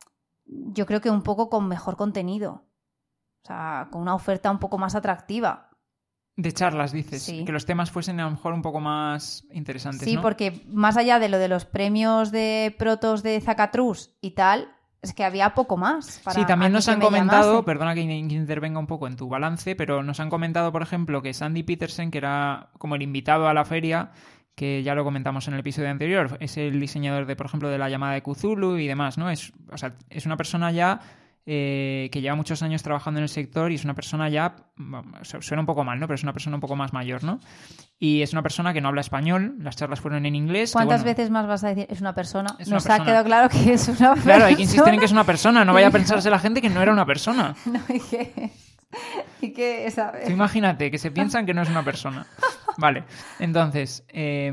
yo creo que un poco con mejor contenido. O sea, con una oferta un poco más atractiva.
De charlas, dices.
Sí.
Que los temas fuesen a lo mejor un poco más interesantes,
sí,
¿no?
Porque más allá de lo de los premios de protos de Zacatrus y tal, es que había poco más. Para
sí, también nos han comentado,
llamase.
Perdona que intervenga un poco en tu balance, pero nos han comentado, por ejemplo, que Sandy Petersen, que era como el invitado a la feria, que ya lo comentamos en el episodio anterior, es el diseñador de, por ejemplo, de la llamada de Cthulhu y demás, ¿no? Es, o sea, es una persona ya eh, que lleva muchos años trabajando en el sector y es una persona ya, suena un poco mal, ¿no? Pero es una persona un poco más mayor, ¿no? Y es una persona que no habla español, las charlas fueron en inglés.
¿Cuántas
que, bueno,
veces más vas a decir es una persona?
Es una
Nos
persona.
ha quedado claro que es una persona.
Claro, hay que insistir en que es una persona, no vaya a pensarse la gente que no era una persona.
No, y que... Y que ¿sabes?
Tú imagínate que se piensan que no es una persona. Vale, entonces, eh,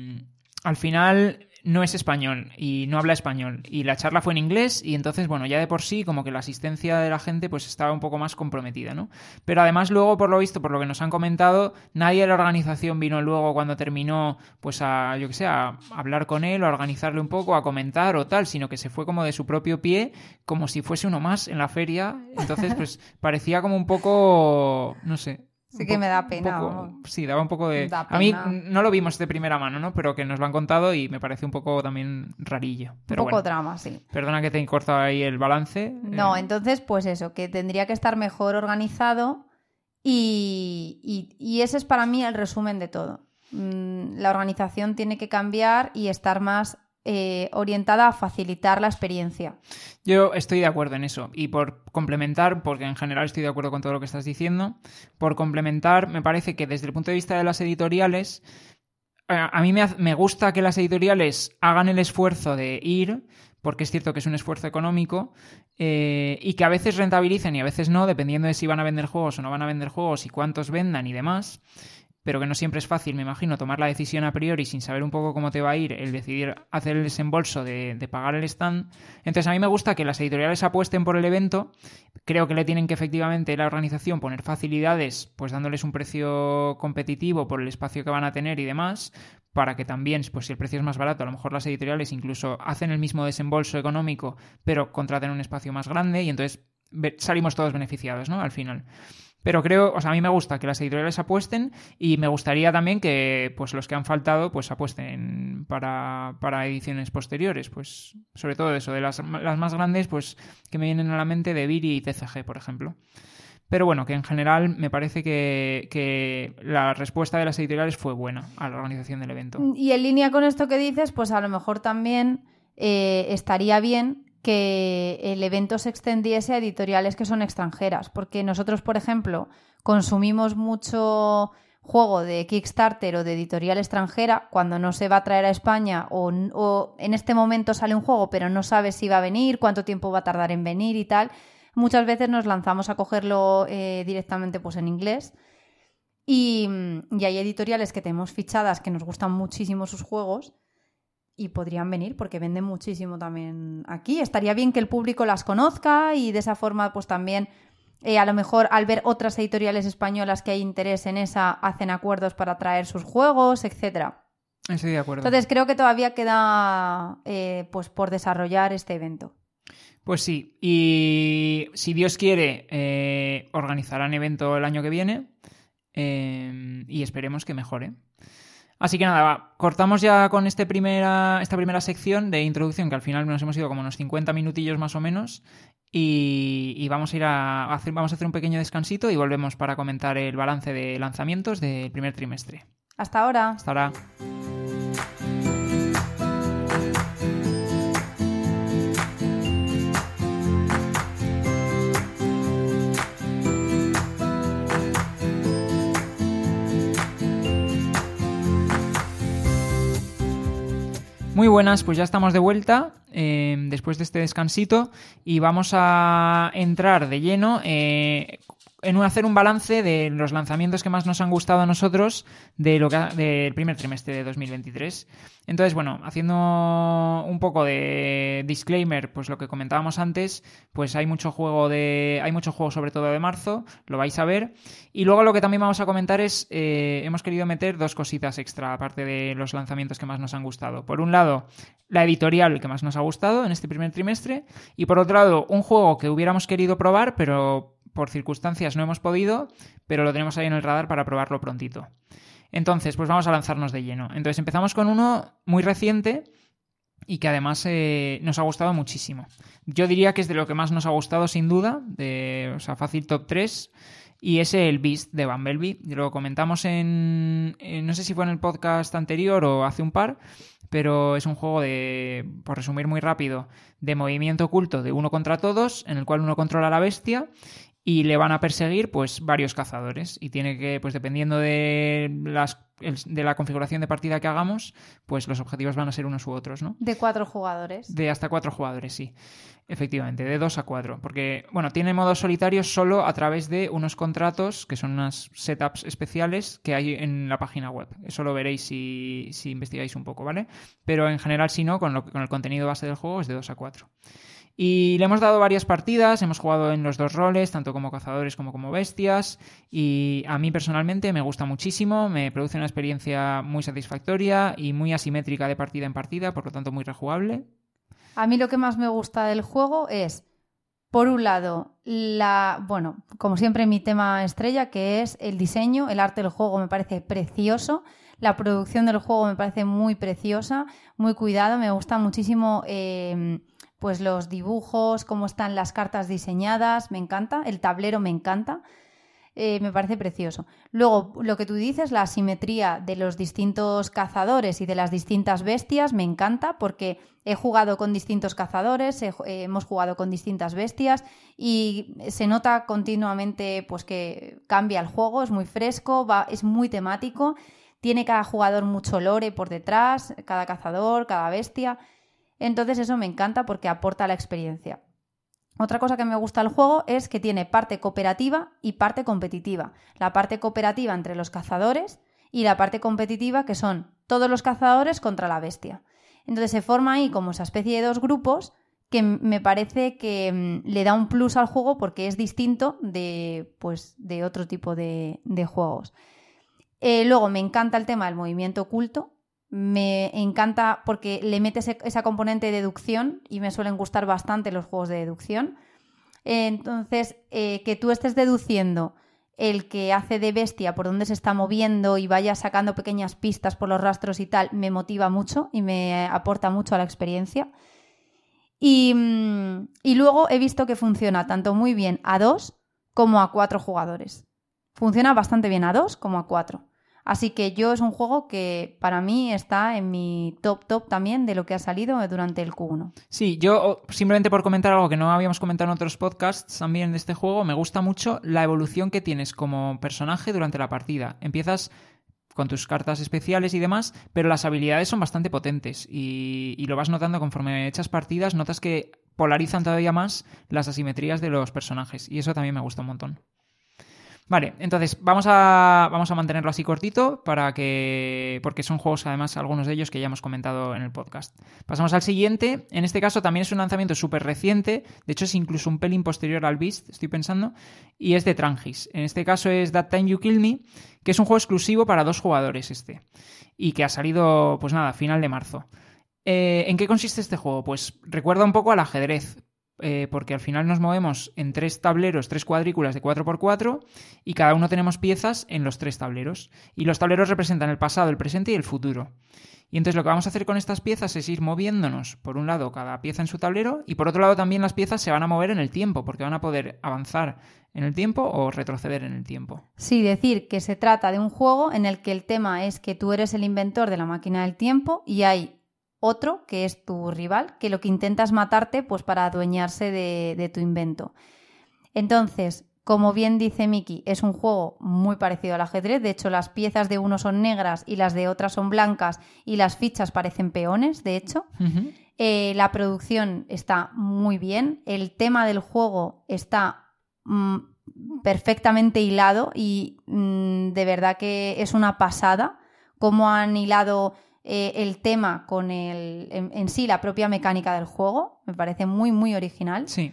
al final no es español y no habla español y la charla fue en inglés y entonces, bueno, ya de por sí como que la asistencia de la gente pues estaba un poco más comprometida, ¿no? Pero además luego, por lo visto, por lo que nos han comentado, nadie de la organización vino luego cuando terminó pues a, yo que sé, a hablar con él o a organizarle un poco, a comentar o tal, sino que se fue como de su propio pie, como si fuese uno más en la feria. Entonces, pues parecía como un poco, no sé...
Sí que me da pena.
Poco, sí, daba un poco de...
Da
a mí
pena.
no lo vimos de primera mano, ¿no? Pero que nos lo han contado y me parece un poco también rarillo. Pero
un poco
bueno,
drama, sí.
Perdona que te he cortado ahí el balance.
No,
eh...
entonces, pues eso, que tendría que estar mejor organizado y, y, y ese es para mí el resumen de todo. mmm, la organización tiene que cambiar y estar más eh, orientada a facilitar la experiencia.
Yo estoy de acuerdo en eso. Y por complementar, porque en general estoy de acuerdo con todo lo que estás diciendo, por complementar, me parece que desde el punto de vista de las editoriales, a mí me, me gusta que las editoriales hagan el esfuerzo de ir, porque es cierto que es un esfuerzo económico, eh, y que a veces rentabilicen y a veces no, dependiendo de si van a vender juegos o no van a vender juegos y cuántos vendan y demás, pero que no siempre es fácil, me imagino, tomar la decisión a priori sin saber un poco cómo te va a ir, el decidir hacer el desembolso de, de pagar el stand. Entonces a mí me gusta que las editoriales apuesten por el evento. Creo que le tienen que efectivamente la organización poner facilidades, pues dándoles un precio competitivo por el espacio que van a tener y demás, para que también, pues si el precio es más barato, a lo mejor las editoriales incluso hacen el mismo desembolso económico, pero contraten un espacio más grande y entonces salimos todos beneficiados, ¿no? Al final. Pero creo, o sea, a mí me gusta que las editoriales apuesten y me gustaría también que pues los que han faltado pues apuesten para, para ediciones posteriores. Pues sobre todo eso, de las, las más grandes, pues que me vienen a la mente de Viri y T C G, por ejemplo. Pero bueno, que en general me parece que, que la respuesta de las editoriales fue buena a la organización del evento.
Y en línea con esto que dices, pues a lo mejor también eh, estaría bien que el evento se extendiese a editoriales que son extranjeras, porque nosotros, por ejemplo, consumimos mucho juego de Kickstarter o de editorial extranjera cuando no se va a traer a España o, o en este momento sale un juego pero no sabes si va a venir, cuánto tiempo va a tardar en venir y tal. Muchas veces nos lanzamos a cogerlo eh, directamente pues en inglés y, y hay editoriales que tenemos fichadas que nos gustan muchísimo sus juegos y podrían venir porque venden muchísimo también aquí. Estaría bien que el público las conozca y de esa forma pues también eh, a lo mejor al ver otras editoriales españolas que hay interés en esa hacen acuerdos para traer sus juegos, etcétera.
Estoy de acuerdo.
Entonces creo que todavía queda eh, pues por desarrollar este evento.
Pues sí, y si Dios quiere eh, organizarán evento el año que viene eh, y esperemos que mejore. Así que nada, va, cortamos ya con este primera, esta primera sección de introducción, que al final nos hemos ido como unos cincuenta minutillos más o menos, y, y vamos a ir a hacer, vamos a hacer un pequeño descansito y volvemos para comentar el balance de lanzamientos del primer trimestre.
Hasta ahora.
Hasta ahora. Muy buenas, pues ya estamos de vuelta eh, después de este descansito y vamos a entrar de lleno eh, en hacer un balance de los lanzamientos que más nos han gustado a nosotros de lo que ha, del primer trimestre de dos mil veintitrés. Entonces, bueno, haciendo un poco de disclaimer, pues lo que comentábamos antes, pues hay mucho juego de, hay mucho juego sobre todo de marzo, lo vais a ver. Y luego lo que también vamos a comentar es, eh, hemos querido meter dos cositas extra, aparte de los lanzamientos que más nos han gustado. Por un lado, la editorial que más nos ha gustado en este primer trimestre, y por otro lado, un juego que hubiéramos querido probar, pero por circunstancias no hemos podido, pero lo tenemos ahí en el radar para probarlo prontito. Entonces, pues vamos a lanzarnos de lleno. Entonces empezamos con uno muy reciente y que además eh, nos ha gustado muchísimo. Yo diría que es de lo que más nos ha gustado sin duda, de, o sea, fácil top tres, y es el Beast de Bumblebee. Lo comentamos en, en, no sé si fue en el podcast anterior o hace un par, pero es un juego de, por resumir muy rápido, de movimiento oculto de uno contra todos, en el cual uno controla a la bestia y le van a perseguir pues varios cazadores y tiene que, pues dependiendo de las de la configuración de partida que hagamos, pues los objetivos van a ser unos u otros, ¿no?
De cuatro jugadores.
De hasta cuatro jugadores, sí. Efectivamente, de dos a cuatro. Porque, bueno, tiene modo solitario solo a través de unos contratos, que son unas setups especiales que hay en la página web. Eso lo veréis si, si investigáis un poco, ¿vale? Pero en general, si no, con, lo, con el contenido base del juego es de dos a cuatro. Y le hemos dado varias partidas, hemos jugado en los dos roles, tanto como cazadores como como bestias, y a mí personalmente me gusta muchísimo, me produce una experiencia muy satisfactoria y muy asimétrica de partida en partida, por lo tanto muy rejugable.
A mí lo que más me gusta del juego es, por un lado, la, bueno, como siempre mi tema estrella, que es el diseño, el arte del juego me parece precioso, la producción del juego me parece muy preciosa, muy cuidado, me gusta muchísimo eh, pues los dibujos, cómo están las cartas diseñadas, me encanta, el tablero me encanta. Eh, me parece precioso. Luego, lo que tú dices, la asimetría de los distintos cazadores y de las distintas bestias, me encanta porque he jugado con distintos cazadores, he, eh, hemos jugado con distintas bestias y se nota continuamente pues, que cambia el juego, es muy fresco, va, es muy temático, tiene cada jugador mucho lore por detrás, cada cazador, cada bestia. Entonces eso me encanta porque aporta la experiencia. Otra cosa que me gusta del juego es que tiene parte cooperativa y parte competitiva. La parte cooperativa entre los cazadores y la parte competitiva que son todos los cazadores contra la bestia. Entonces se forma ahí como esa especie de dos grupos que me parece que le da un plus al juego porque es distinto de, pues, de otro tipo de, de juegos. Eh, luego me encanta el tema del movimiento oculto. Me encanta porque le metes esa componente de deducción y me suelen gustar bastante los juegos de deducción. Entonces, eh, que tú estés deduciendo el que hace de bestia por dónde se está moviendo y vaya sacando pequeñas pistas por los rastros y tal, me motiva mucho y me aporta mucho a la experiencia. Y, y luego he visto que funciona tanto muy bien a dos como a cuatro jugadores. Funciona bastante bien a dos como a cuatro. Así que yo es un juego que para mí está en mi top top también de lo que ha salido durante el Q uno.
Sí, yo simplemente por comentar algo que no habíamos comentado en otros podcasts también de este juego, me gusta mucho la evolución que tienes como personaje durante la partida. Empiezas con tus cartas especiales y demás, pero las habilidades son bastante potentes y, y lo vas notando conforme echas partidas, notas que polarizan todavía más las asimetrías de los personajes y eso también me gusta un montón. Vale, entonces vamos a, vamos a mantenerlo así cortito para que, porque son juegos además algunos de ellos que ya hemos comentado en el podcast. Pasamos al siguiente, en este caso también es un lanzamiento súper reciente, de hecho es incluso un pelín posterior al Beast, estoy pensando, y es de Trangis. En este caso es That Time You Kill Me, que es un juego exclusivo para dos jugadores este, y que ha salido, pues nada, a final de marzo. Eh, ¿En qué consiste este juego? Pues recuerda un poco al ajedrez. Eh, porque al final nos movemos en tres tableros, tres cuadrículas de cuatro por cuatro y cada uno tenemos piezas en los tres tableros y los tableros representan el pasado, el presente y el futuro. Y entonces lo que vamos a hacer con estas piezas es ir moviéndonos por un lado cada pieza en su tablero y por otro lado también las piezas se van a mover en el tiempo porque van a poder avanzar en el tiempo o retroceder en el tiempo.
Sí, decir que se trata de un juego en el que el tema es que tú eres el inventor de la máquina del tiempo y hay otro, que es tu rival, que lo que intenta es matarte pues, para adueñarse de, de tu invento. Entonces, como bien dice Miki, es un juego muy parecido al ajedrez. De hecho, las piezas de uno son negras y las de otras son blancas y las fichas parecen peones, de hecho. Uh-huh. Eh, la producción está muy bien. El tema del juego está mmm, perfectamente hilado y mmm, de verdad que es una pasada cómo han hilado Eh, el tema con el, en, en sí la propia mecánica del juego. Me parece muy muy original.
Sí.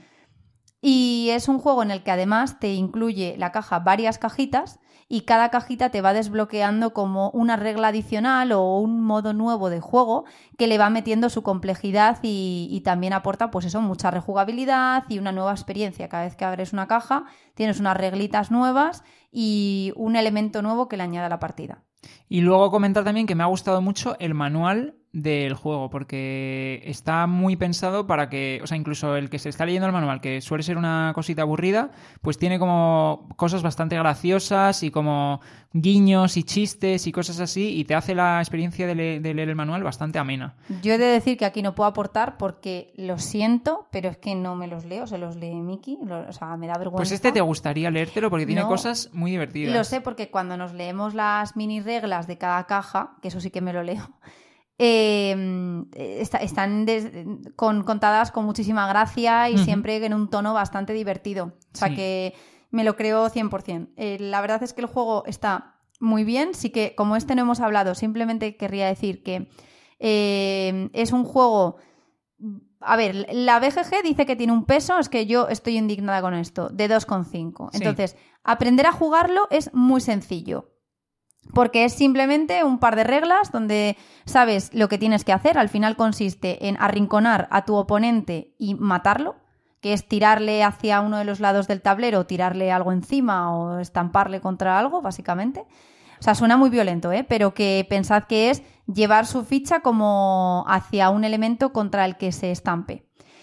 Y es un juego en el que además te incluye la caja varias cajitas y cada cajita te va desbloqueando como una regla adicional o un modo nuevo de juego que le va metiendo su complejidad y, y también aporta pues eso, mucha rejugabilidad y una nueva experiencia. Cada vez que abres una caja tienes unas reglitas nuevas y un elemento nuevo que le añade a la partida.
Y luego comentar también que me ha gustado mucho el manual del juego, porque está muy pensado para que, o sea, incluso el que se está leyendo el manual, que suele ser una cosita aburrida, pues tiene como cosas bastante graciosas y como guiños y chistes y cosas así, y te hace la experiencia de, le- de leer el manual bastante amena.
Yo he de decir que aquí no puedo aportar porque lo siento, pero es que no me los leo, se los lee Miki, lo, o sea, me da vergüenza.
Pues este te gustaría leértelo porque tiene
No,
cosas muy divertidas.
Lo sé porque cuando nos leemos las mini reglas de cada caja, que eso sí que me lo leo, eh, está, están des, con, contadas con muchísima gracia y uh-huh. siempre en un tono bastante divertido. O sea sí. que me lo creo cien por ciento. Eh, la verdad es que el juego está muy bien. Sí que, como este no hemos hablado, simplemente querría decir que eh, es un juego... A ver, la B G G dice que tiene un peso, es que yo estoy indignada con esto, de dos coma cinco. Sí. Entonces, aprender a jugarlo es muy sencillo. Porque es simplemente un par de reglas donde sabes lo que tienes que hacer. Al final consiste en arrinconar a tu oponente y matarlo, que es tirarle hacia uno de los lados del tablero, tirarle algo encima o estamparle contra algo, básicamente. O sea, suena muy violento, ¿eh? Pero que pensad que es llevar su ficha como hacia un elemento contra el que se estampe.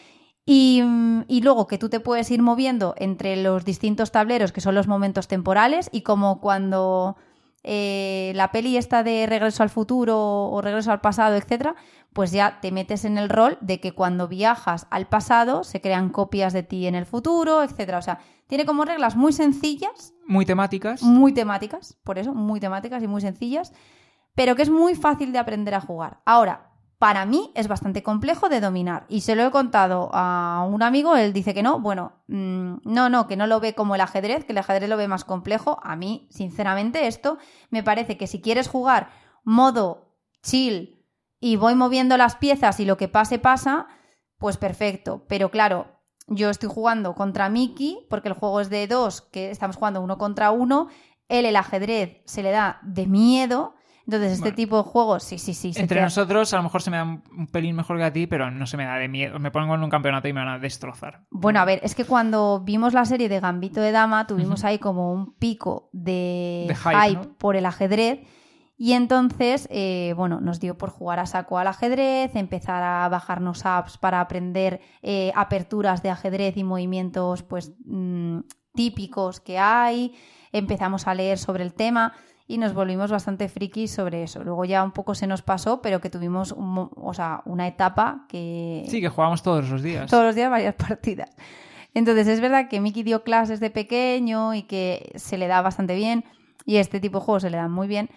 Y, y luego que tú te puedes ir moviendo entre los distintos tableros, que son los momentos temporales, y como cuando eh, la peli está de Regreso al Futuro o Regreso al Pasado, etcétera, pues ya te metes en el rol de que cuando viajas al pasado se crean copias de ti en el futuro, etcétera. O sea, tiene como reglas muy sencillas.
Muy temáticas.
Muy temáticas, por eso, muy temáticas y muy sencillas, pero que es muy fácil de aprender a jugar. Ahora, para mí es bastante complejo de dominar y se lo he contado a un amigo, él dice que no, bueno, mmm, no, no, que no lo ve como el ajedrez, que el ajedrez lo ve más complejo. A mí, sinceramente, esto me parece que si quieres jugar modo chill y voy moviendo las piezas y lo que pase pasa, pues perfecto, pero claro, yo estoy jugando contra Miki porque el juego es de dos, que estamos jugando uno contra uno, él el ajedrez se le da de miedo. Entonces, este bueno, tipo de juegos, sí, sí, sí.
Entre nosotros, a lo mejor se me da un pelín mejor que a ti, pero no se me da de miedo. Me pongo en un campeonato y me van a destrozar.
Bueno, a ver, es que cuando vimos la serie de Gambito de Dama, tuvimos uh-huh. ahí como un pico de,
de hype,
hype ¿no? por el ajedrez. Y entonces, eh, bueno, nos dio por jugar a saco al ajedrez, empezar a bajarnos apps para aprender eh, aperturas de ajedrez y movimientos, pues, mmm, típicos que hay. Empezamos a leer sobre el tema. Y nos volvimos bastante frikis sobre eso. Luego ya un poco se nos pasó, pero que tuvimos un, o sea, una etapa que...
Sí, que jugábamos todos los días.
Todos los días varias partidas. Entonces es verdad que Miki dio clases de pequeño y que se le da bastante bien. Y este tipo de juegos se le dan muy bien.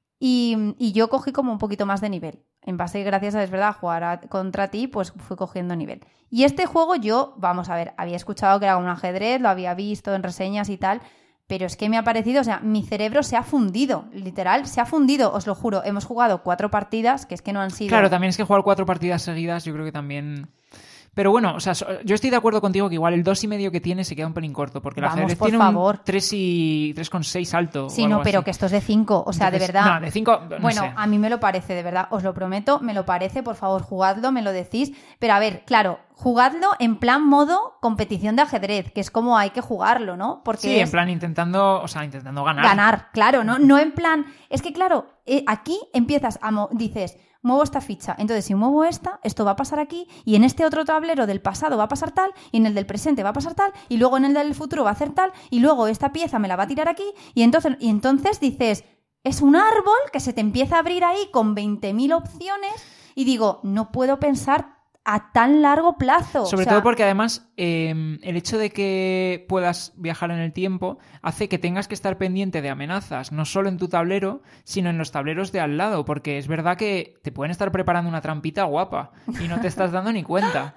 Y, y yo cogí como un poquito más de nivel. En base, gracias a, es verdad, jugar a, contra ti, pues fui cogiendo nivel. Y este juego yo, vamos a ver, había escuchado que era un ajedrez, lo había visto en reseñas y tal... Pero es que me ha parecido, o sea, mi cerebro se ha fundido, literal, se ha fundido, os lo juro. Hemos jugado cuatro partidas, que es que no han sido...
Claro, también es que jugar cuatro partidas seguidas, yo creo que también... Pero bueno, o sea, yo estoy de acuerdo contigo que igual el dos y medio que tiene se queda un pelín corto, porque el ajedrez tiene
favor.
un tres y tres coma seis alto.
Sí, no, pero así. Que esto es de cinco, o sea,
Entonces,
de verdad.
No, de cinco, no
Bueno,
sé.
A mí me lo parece, de verdad, os lo prometo, me lo parece, por favor, jugadlo, me lo decís. Pero a ver, claro, jugadlo en plan modo competición de ajedrez, que es como hay que jugarlo, ¿no? Porque
sí,
es...
en plan intentando, o sea, intentando ganar.
Ganar, claro, ¿no? No en plan... Es que claro, eh, aquí empiezas a... Mo... Dices... muevo esta ficha, entonces si muevo esta, esto va a pasar aquí, y en este otro tablero del pasado va a pasar tal, y en el del presente va a pasar tal, y luego en el del futuro va a hacer tal, y luego esta pieza me la va a tirar aquí, y entonces, y entonces dices, es un árbol que se te empieza a abrir ahí con veinte mil opciones, y digo, no puedo pensar a tan largo plazo.
Sobre
o sea,
todo porque además eh, el hecho de que puedas viajar en el tiempo hace que tengas que estar pendiente de amenazas, no solo en tu tablero, sino en los tableros de al lado, porque es verdad que te pueden estar preparando una trampita guapa y no te estás dando ni cuenta.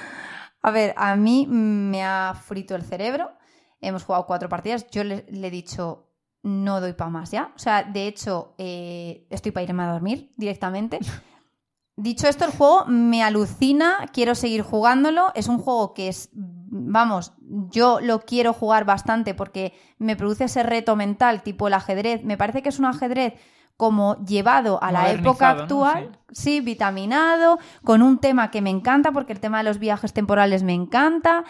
A ver, a mí me ha frito el cerebro. Hemos jugado cuatro partidas. Yo le, le he dicho, no doy para más ya. O sea, de hecho, eh, estoy para irme a dormir directamente. Dicho esto, el juego me alucina, quiero seguir jugándolo. Es un juego que es, vamos, yo lo quiero jugar bastante porque me produce ese reto mental, tipo el ajedrez. Me parece que es un ajedrez como llevado a la época actual, ¿no? Sí. sí, vitaminado, con un tema que me encanta, porque el tema de los viajes temporales me encanta.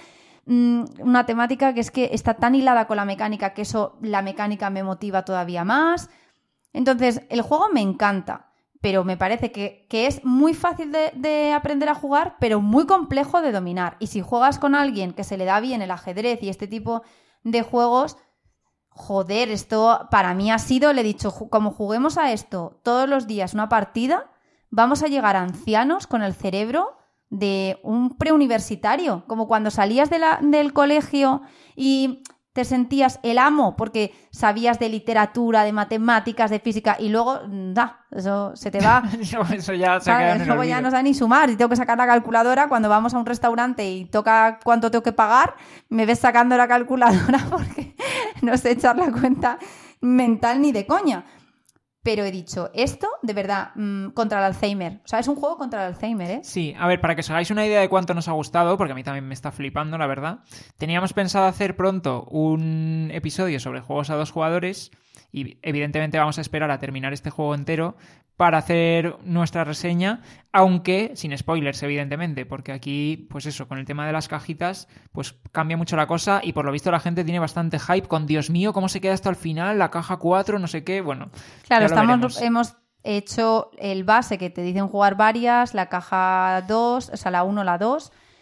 Una temática que es que está tan hilada con la mecánica que eso, la mecánica me motiva todavía más. Entonces, el juego me encanta. Pero me parece que, que es muy fácil de, de aprender a jugar, pero muy complejo de dominar. Y si juegas con alguien que se le da bien el ajedrez y este tipo de juegos, joder, esto para mí ha sido, le he dicho, como juguemos a esto todos los días una partida, vamos a llegar a ancianos con el cerebro de un preuniversitario, como cuando salías de la, del colegio y... te sentías el amo porque sabías de literatura, de matemáticas, de física y luego, da, eso se te va.
Eso ya se ha quedado en el
Luego
olvido.
ya no sé ni sumar y tengo que sacar la calculadora cuando vamos a un restaurante y toca cuánto tengo que pagar, me ves sacando la calculadora porque no sé echar la cuenta mental ni de coña. Pero he dicho, esto, de verdad, mmm, contra el Alzheimer. O sea, es un juego contra el Alzheimer, ¿eh?
Sí, a ver, para que os hagáis una idea de cuánto nos ha gustado, porque a mí también me está flipando, la verdad. Teníamos pensado hacer pronto un episodio sobre juegos a dos jugadores y evidentemente vamos a esperar a terminar este juego entero para hacer nuestra reseña, aunque sin spoilers, evidentemente, porque aquí, pues eso, con el tema de las cajitas, pues cambia mucho la cosa y por lo visto la gente tiene bastante hype con Dios mío, cómo se queda hasta el final, la caja cuatro, no sé qué, bueno.
Claro, estamos, hemos hecho el base que te dicen jugar varias, la caja dos, o sea, la uno, la dos,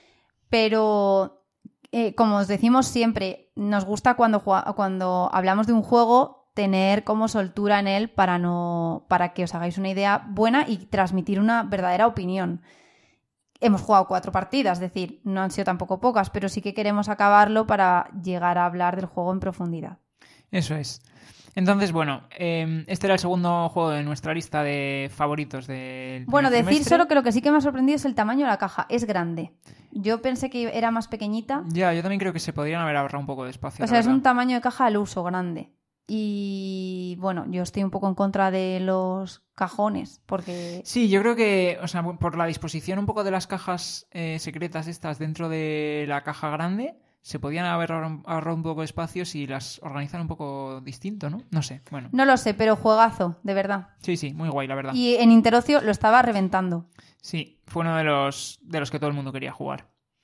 pero eh, como os decimos siempre, nos gusta cuando, cuando hablamos de un juego tener como soltura en él para, no, para que os hagáis una idea buena y transmitir una verdadera opinión. Hemos jugado cuatro partidas, es decir, no han sido tampoco pocas, pero sí que queremos acabarlo para llegar a hablar del juego en profundidad.
Eso es. Entonces, bueno, eh, este era el segundo juego de nuestra lista de favoritos del
Bueno, decir
trimestre.
solo que lo que sí que me ha sorprendido es el tamaño de la caja. Es grande. Yo pensé que era más pequeñita.
Ya, yo también creo que se podrían haber ahorrado un poco de espacio.
O sea, es un tamaño de caja al uso grande. Y bueno, yo estoy un poco en contra de los cajones, porque...
Sí, yo creo que, o sea, por la disposición un poco de las cajas eh, secretas estas dentro de la caja grande, se podían haber ahorrado un poco de espacio si las organizan un poco distinto, ¿no? No sé, bueno.
No lo sé, pero juegazo, de verdad.
Sí, sí, muy guay, la verdad.
Y en Interocio lo estaba reventando.
Sí, fue uno de los, de los que todo el mundo quería jugar.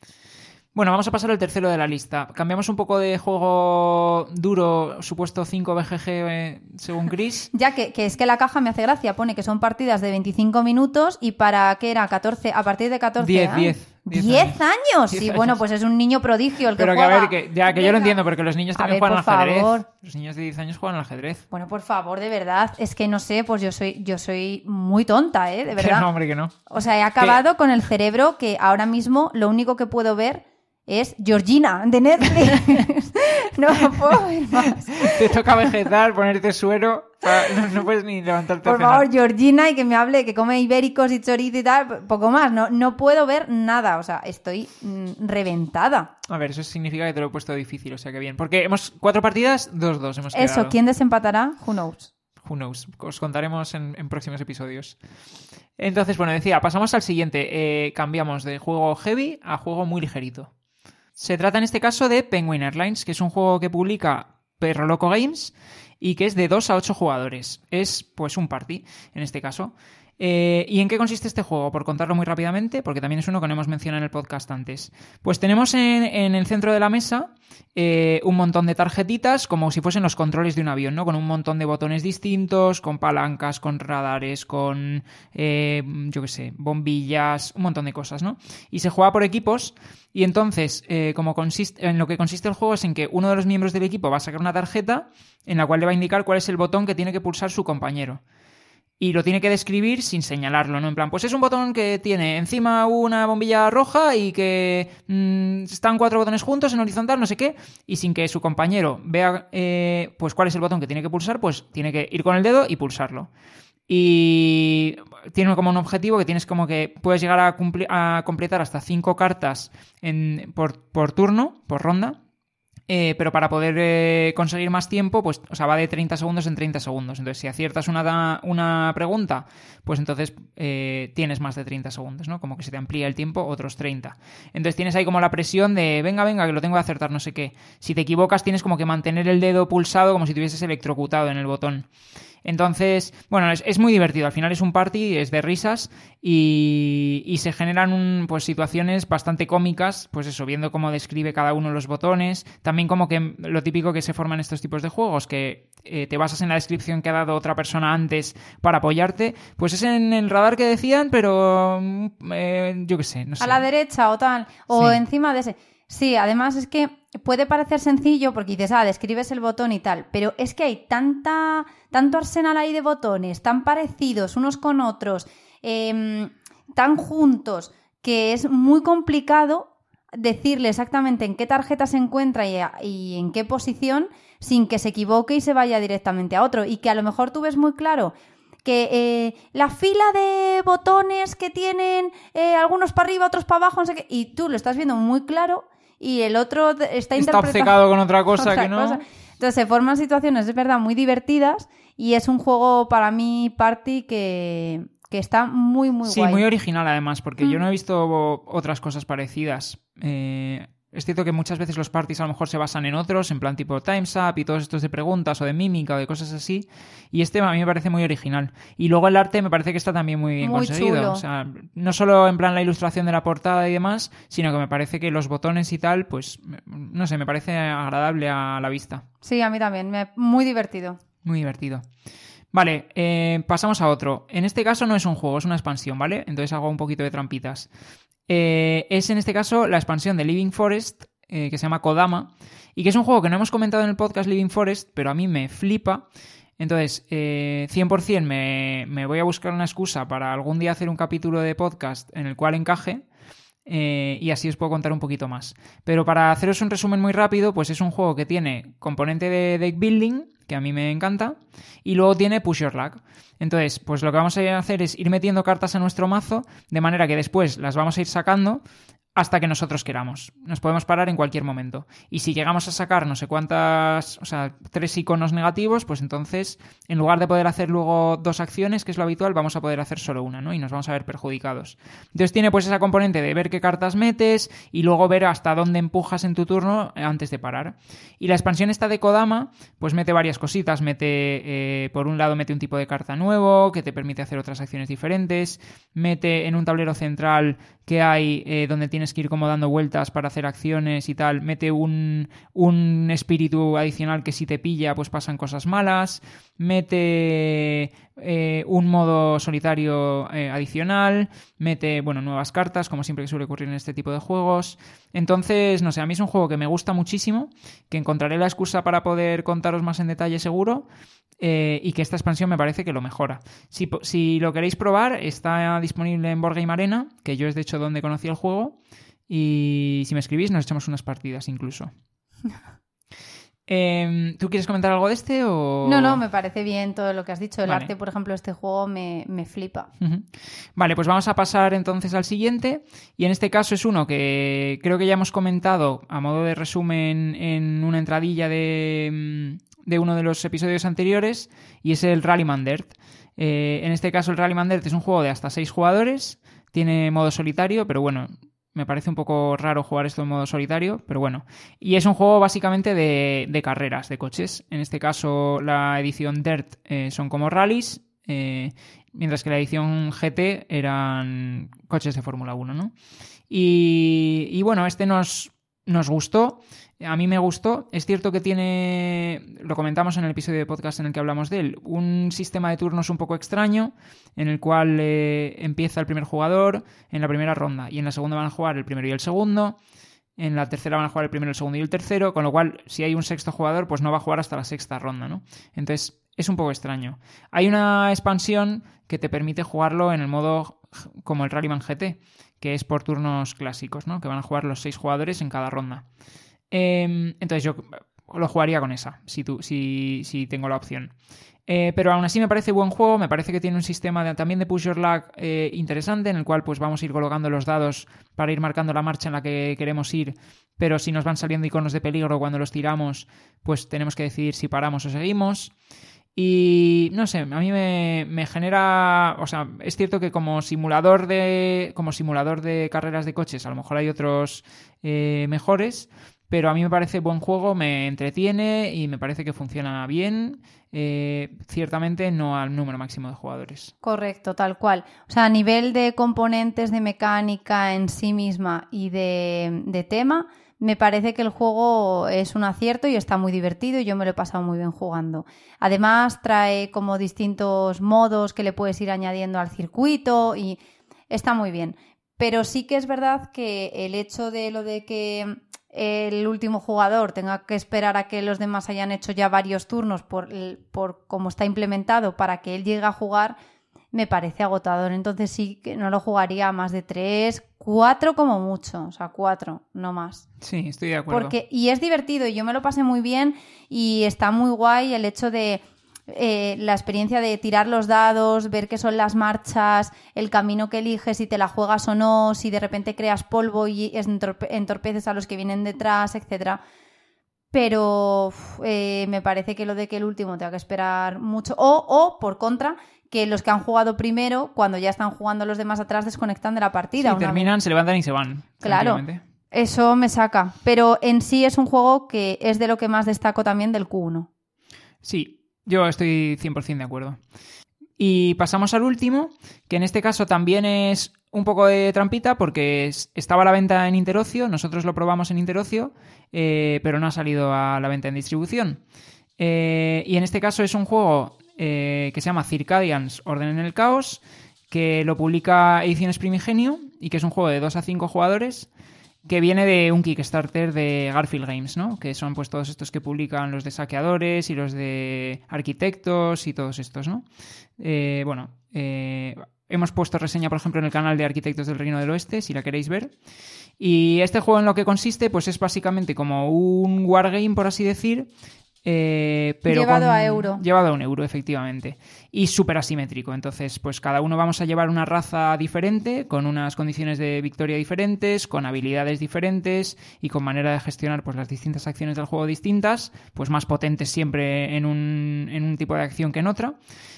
Bueno, vamos a pasar al tercero de la lista. Cambiamos un poco de juego duro, supuesto cinco B G G eh, según Chris.
Ya que, que es que la caja me hace gracia, pone que son partidas de veinticinco minutos y para ¿qué era? catorce, a partir de catorce
diez,
¿eh?
diez.
¿diez años?
diez
Sí,
años.
bueno, pues es un niño prodigio el que
Pero que
juega.
a ver, que, ya que yo lo entiendo, porque los niños también
A ver,
juegan al
por
ajedrez.
favor.
Los niños de diez años juegan al ajedrez.
Bueno, por favor, de verdad, es que no sé, pues yo soy, yo soy muy tonta, ¿eh? De
Que
verdad.
no, hombre, que no.
O sea, he acabado con el cerebro que ahora mismo lo único que puedo ver es Georgina, de Netflix. No puedo ver más.
Te toca vegetar, ponerte suero, para- no, no puedes ni levantarte a
Por
cenar.
favor, Georgina, y que me hable, que come ibéricos y chorizo y tal, poco más. No, no puedo ver nada, o sea, estoy mm, reventada.
A ver, eso significa que te lo he puesto difícil, o sea que bien. Porque hemos cuatro partidas, dos dos hemos quedado.
Eso, ¿quién desempatará? Who knows?
Who knows? Os contaremos en, en próximos episodios. Entonces, bueno, decía, pasamos al siguiente. Eh, cambiamos de juego heavy a juego muy ligerito. Se trata en este caso de Penguin Airlines, que es un juego que publica Perro Loco Games y que es de dos a ocho jugadores. Es, pues, un party, en este caso. Eh, ¿Y en qué consiste este juego? Por contarlo muy rápidamente, porque también es uno que no hemos mencionado en el podcast antes. Pues tenemos en, en el centro de la mesa eh, un montón de tarjetitas, como si fuesen los controles de un avión, ¿no? Con un montón de botones distintos, con palancas, con radares, con, eh, yo qué sé, bombillas, un montón de cosas, ¿no? Y se juega por equipos. Y entonces, eh, como consiste, en lo que consiste el juego es en que uno de los miembros del equipo va a sacar una tarjeta en la cual le va a indicar cuál es el botón que tiene que pulsar su compañero. Y lo tiene que describir sin señalarlo, ¿no? En plan, pues es un botón que tiene encima una bombilla roja y que mmm, están cuatro botones juntos en horizontal, no sé qué, y sin que su compañero vea eh, pues cuál es el botón que tiene que pulsar, pues tiene que ir con el dedo y pulsarlo. Y tiene como un objetivo que tienes como que puedes llegar a, cumplir, a completar hasta cinco cartas en, por, por turno, por ronda. Eh, pero para poder eh, conseguir más tiempo, pues, o sea, va de treinta segundos en treinta segundos. Entonces, si aciertas una, una pregunta, pues entonces eh, tienes más de treinta segundos, ¿no? Como que se te amplía el tiempo otros treinta. Entonces tienes ahí como la presión de, venga, venga, que lo tengo que acertar, no sé qué. Si te equivocas, tienes como que mantener el dedo pulsado como si te hubieses electrocutado en el botón. Entonces, bueno, es, es muy divertido. Al final es un party, es de risas y, y se generan un, pues situaciones bastante cómicas, pues eso, viendo cómo describe cada uno los botones. También como que lo típico que se forman estos tipos de juegos, que eh, te basas en la descripción que ha dado otra persona antes para apoyarte. Pues es en el radar que decían, pero eh, yo qué sé, no sé.
A la derecha o tal, o
Sí.
encima de ese... Sí, además es que puede parecer sencillo porque dices, ah, describes el botón y tal, pero es que hay tanta, tanto arsenal ahí de botones, tan parecidos unos con otros, eh, tan juntos, que es muy complicado decirle exactamente en qué tarjeta se encuentra y, y en qué posición sin que se equivoque y se vaya directamente a otro. Y que a lo mejor tú ves muy claro que eh, la fila de botones que tienen eh, algunos para arriba, otros para abajo, no sé qué, y tú lo estás viendo muy claro y el otro está,
Está
interpretando
obcecado con otra cosa
otra
que no...
cosa. Entonces se forman situaciones, es verdad, muy divertidas y es un juego para mí party que, que está muy, muy
Sí,
guay.
muy original además, porque
Mm.
yo no he visto otras cosas parecidas. Eh, es cierto que muchas veces los parties a lo mejor se basan en otros, en plan tipo Time's Up y todos estos de preguntas o de mímica o de cosas así, y este a mí me parece muy original. Y luego el arte me parece que está también muy bien
Muy
conseguido.
chulo.
O sea, no solo en plan la ilustración de la portada y demás, sino que me parece que los botones y tal, pues, no sé, me parece agradable a la vista.
Sí, a mí también, me... muy divertido.
Muy divertido. Vale, eh, pasamos a otro. En este caso no es un juego, es una expansión, ¿vale? Entonces hago un poquito de trampitas. Eh, es en este caso la expansión de Living Forest, eh, que se llama Kodama, y que es un juego que no hemos comentado en el podcast Living Forest, pero a mí me flipa. Entonces, eh, cien por ciento me, me voy a buscar una excusa para algún día hacer un capítulo de podcast en el cual encaje, eh, y así os puedo contar un poquito más. Pero para haceros un resumen muy rápido, pues es un juego que tiene componente de deck building, que a mí me encanta, y luego tiene push your luck. Entonces, pues lo que vamos a hacer es ir metiendo cartas a nuestro mazo, de manera que después las vamos a ir sacando hasta que nosotros queramos. Nos podemos parar en cualquier momento. Y si llegamos a sacar no sé cuántas, o sea, tres iconos negativos, pues entonces, en lugar de poder hacer luego dos acciones, que es lo habitual, vamos a poder hacer solo una, ¿no? Y nos vamos a ver perjudicados. Entonces tiene pues esa componente de ver qué cartas metes y luego ver hasta dónde empujas en tu turno antes de parar. Y la expansión esta de Kodama, pues mete varias cositas. Mete, eh, por un lado, mete un tipo de carta nuevo que te permite hacer otras acciones diferentes. Mete en un tablero central que hay, eh, donde tienes que ir como dando vueltas para hacer acciones y tal, mete un, un espíritu adicional que si te pilla pues pasan cosas malas, mete eh, un modo solitario eh, adicional, mete, bueno, nuevas cartas, como siempre que suele ocurrir en este tipo de juegos. Entonces, no sé, a mí es un juego que me gusta muchísimo, que encontraré la excusa para poder contaros más en detalle seguro. Eh, y que esta expansión me parece que lo mejora. Si, si lo queréis probar, está disponible en Board Game Arena, que yo es de hecho donde conocí el juego, y si me escribís nos echamos unas partidas incluso. eh, ¿Tú quieres comentar algo de este o...?
No, no, me parece bien todo lo que has dicho. El
vale.
arte, por ejemplo, de este juego me, me flipa.
Uh-huh. Vale, pues vamos a pasar entonces al siguiente, y en este caso es uno que creo que ya hemos comentado a modo de resumen en una entradilla de... de uno de los episodios anteriores, y es el Rallyman Dirt. Eh, en este caso el Rallyman Dirt es un juego de hasta seis jugadores, tiene modo solitario, pero bueno, me parece un poco raro jugar esto en modo solitario, pero bueno. Y es un juego básicamente de, de carreras, de coches. En este caso la edición Dirt eh, son como rallies, eh, mientras que la edición G T eran coches de Fórmula uno, ¿no? Y, y bueno, este nos, nos gustó. A mí me gustó. Es cierto que tiene, lo comentamos en el episodio de podcast en el que hablamos de él, un sistema de turnos un poco extraño, en el cual eh, empieza el primer jugador en la primera ronda, y en la segunda van a jugar el primero y el segundo, en la tercera van a jugar el primero, el segundo y el tercero, con lo cual si hay un sexto jugador pues no va a jugar hasta la sexta ronda, ¿no? Entonces es un poco extraño. Hay una expansión que te permite jugarlo en el modo como el Rallyman G T, que es por turnos clásicos, ¿no? Que van a jugar los seis jugadores en cada ronda. Eh, entonces yo lo jugaría con esa, si, tú, si, si tengo la opción. Eh, pero aún así me parece buen juego, me parece que tiene un sistema de, también de push your luck eh, interesante, en el cual pues vamos a ir colocando los dados para ir marcando la marcha en la que queremos ir, pero si nos van saliendo iconos de peligro cuando los tiramos, pues tenemos que decidir si paramos o seguimos. Y no sé, a mí me, me genera, o sea, es cierto que como simulador de como simulador de carreras de coches a lo mejor hay otros eh, mejores, pero a mí me parece buen juego, me entretiene y me parece que funciona bien, eh, ciertamente no al número máximo de jugadores.
Correcto, tal cual. O sea, a nivel de componentes de mecánica en sí misma y de, de tema, me parece que el juego es un acierto y está muy divertido y yo me lo he pasado muy bien jugando. Además, trae como distintos modos que le puedes ir añadiendo al circuito y está muy bien. Pero sí que es verdad que el hecho de lo de que el último jugador tenga que esperar a que los demás hayan hecho ya varios turnos por, por cómo está implementado para que él llegue a jugar, me parece agotador. Entonces sí que no lo jugaría a más de tres, cuatro como mucho, o sea, cuatro, no más.
Sí, estoy de acuerdo.
Porque, y es divertido y yo me lo pasé muy bien y está muy guay el hecho de eh, la experiencia de tirar los dados, ver qué son las marchas, el camino que eliges, si te la juegas o no, si de repente creas polvo y entorpe- entorpeces a los que vienen detrás, etcétera. Pero eh, me parece que lo de que el último tenga que esperar mucho, o, o por contra, que los que han jugado primero, cuando ya están jugando los demás atrás, desconectan de la partida.
Sí, terminan, vez. Se levantan y se van.
Claro, eso me saca. Pero en sí es un juego que es de lo que más destaco también del Q uno.
Sí, yo estoy cien por ciento de acuerdo. Y pasamos al último, que en este caso también es un poco de trampita porque estaba a la venta en Interocio, nosotros lo probamos en Interocio, eh, pero no ha salido a la venta en distribución. Eh, y en este caso es un juego eh, que se llama Circadians Orden en el Caos, que lo publica Ediciones Primigenio y que es un juego de dos a cinco jugadores que viene de un Kickstarter de Garfield Games, ¿no? Que son pues todos estos que publican los de saqueadores y los de arquitectos y todos estos, ¿no? Eh, bueno, eh, hemos puesto reseña, por ejemplo, en el canal de Arquitectos del Reino del Oeste, si la queréis ver. Y este juego en lo que consiste, pues es básicamente como un wargame, por así decir, Eh, pero
llevado
con...
a euro.
Llevado a un euro, efectivamente. Y súper asimétrico. Entonces, pues cada uno vamos a llevar una raza diferente, con unas condiciones de victoria diferentes, con habilidades diferentes y con manera de gestionar pues las distintas acciones del juego distintas, pues más potentes siempre en un, en un tipo de acción que en otra.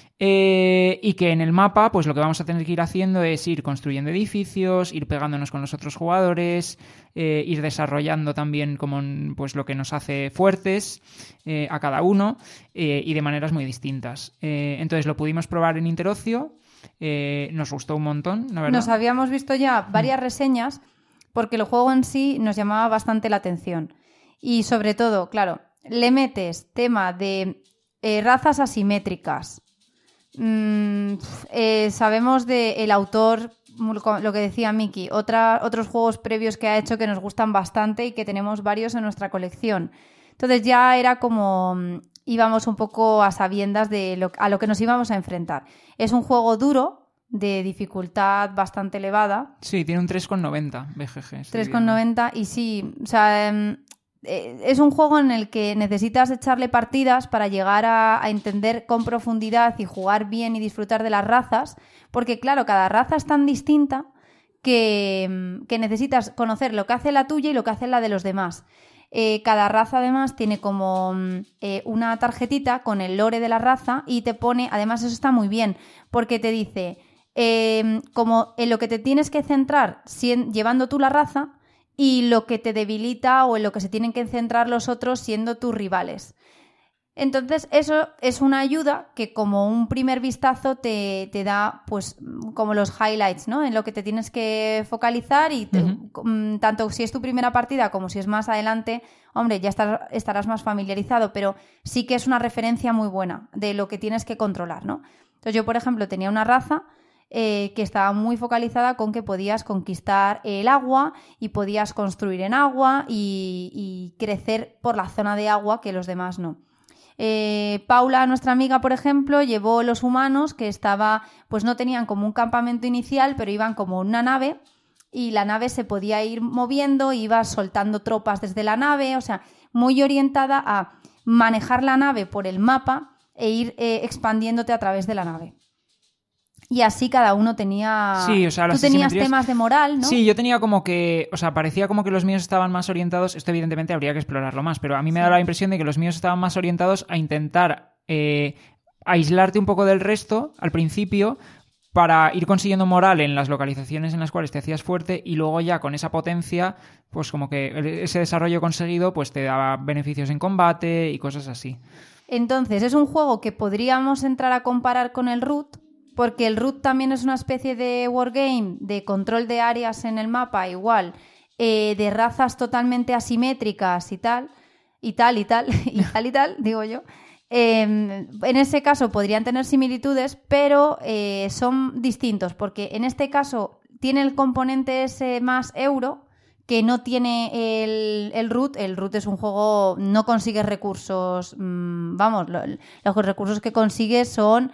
Eh, y que en el mapa pues lo que vamos a tener que ir haciendo es ir construyendo edificios, ir pegándonos con los otros jugadores, eh, ir desarrollando también como pues lo que nos hace fuertes eh, a cada uno eh, y de maneras muy distintas. Eh, entonces lo pudimos probar en Interocio, eh, nos gustó un montón, la verdad.
Nos habíamos visto ya varias reseñas porque el juego en sí nos llamaba bastante la atención y sobre todo, claro, le metes tema de eh, razas asimétricas. Mm, eh, sabemos del autor, lo que decía Miki, otra, otros juegos previos que ha hecho que nos gustan bastante y que tenemos varios en nuestra colección. Entonces ya era como íbamos un poco a sabiendas de lo, a lo que nos íbamos a enfrentar. Es un juego duro, de dificultad bastante elevada.
Sí, tiene un tres coma noventa B G G.
tres coma noventa y sí, o sea... Eh, es un juego en el que necesitas echarle partidas para llegar a, a entender con profundidad y jugar bien y disfrutar de las razas, porque claro, cada raza es tan distinta que, que necesitas conocer lo que hace la tuya y lo que hace la de los demás. Eh, cada raza además tiene como eh, una tarjetita con el lore de la raza y te pone, además eso está muy bien, porque te dice eh, como en lo que te tienes que centrar si, llevando tú la raza y lo que te debilita o en lo que se tienen que centrar los otros siendo tus rivales. Entonces, eso es una ayuda que como un primer vistazo te, te da, pues, como los highlights, ¿no? En lo que te tienes que focalizar y te, uh-huh. tanto si es tu primera partida como si es más adelante, hombre, ya estar, estarás más familiarizado, pero sí que es una referencia muy buena de lo que tienes que controlar, ¿no? Entonces, yo, por ejemplo, tenía una raza Eh, que estaba muy focalizada con que podías conquistar el agua y podías construir en agua y, y crecer por la zona de agua que los demás no. Eh, Paula, nuestra amiga, por ejemplo, llevó los humanos que estaba, pues no tenían como un campamento inicial, pero iban como una nave y la nave se podía ir moviendo, iba soltando tropas desde la nave, o sea, muy orientada a manejar la nave por el mapa e ir eh, expandiéndote a través de la nave. Y así cada uno tenía...
Sí, o sea,
Tú
las
tenías
asimetrías...
temas de moral, ¿no?
Sí, yo tenía como que... O sea, parecía como que los míos estaban más orientados... Esto evidentemente habría que explorarlo más, pero a mí me sí. da la impresión de que los míos estaban más orientados a intentar eh, aislarte un poco del resto al principio para ir consiguiendo moral en las localizaciones en las cuales te hacías fuerte y luego ya con esa potencia, pues como que ese desarrollo conseguido pues te daba beneficios en combate y cosas así.
Entonces, es un juego que podríamos entrar a comparar con el Root, porque el Root también es una especie de wargame de control de áreas en el mapa, igual, eh, de razas totalmente asimétricas y tal, y tal, y tal, y tal, y tal, digo yo. Eh, en ese caso podrían tener similitudes, pero eh, son distintos, porque en este caso tiene el componente ese más euro, que no tiene el, el Root. El Root es un juego, no consigues recursos, mmm, vamos, lo, los recursos que consigues son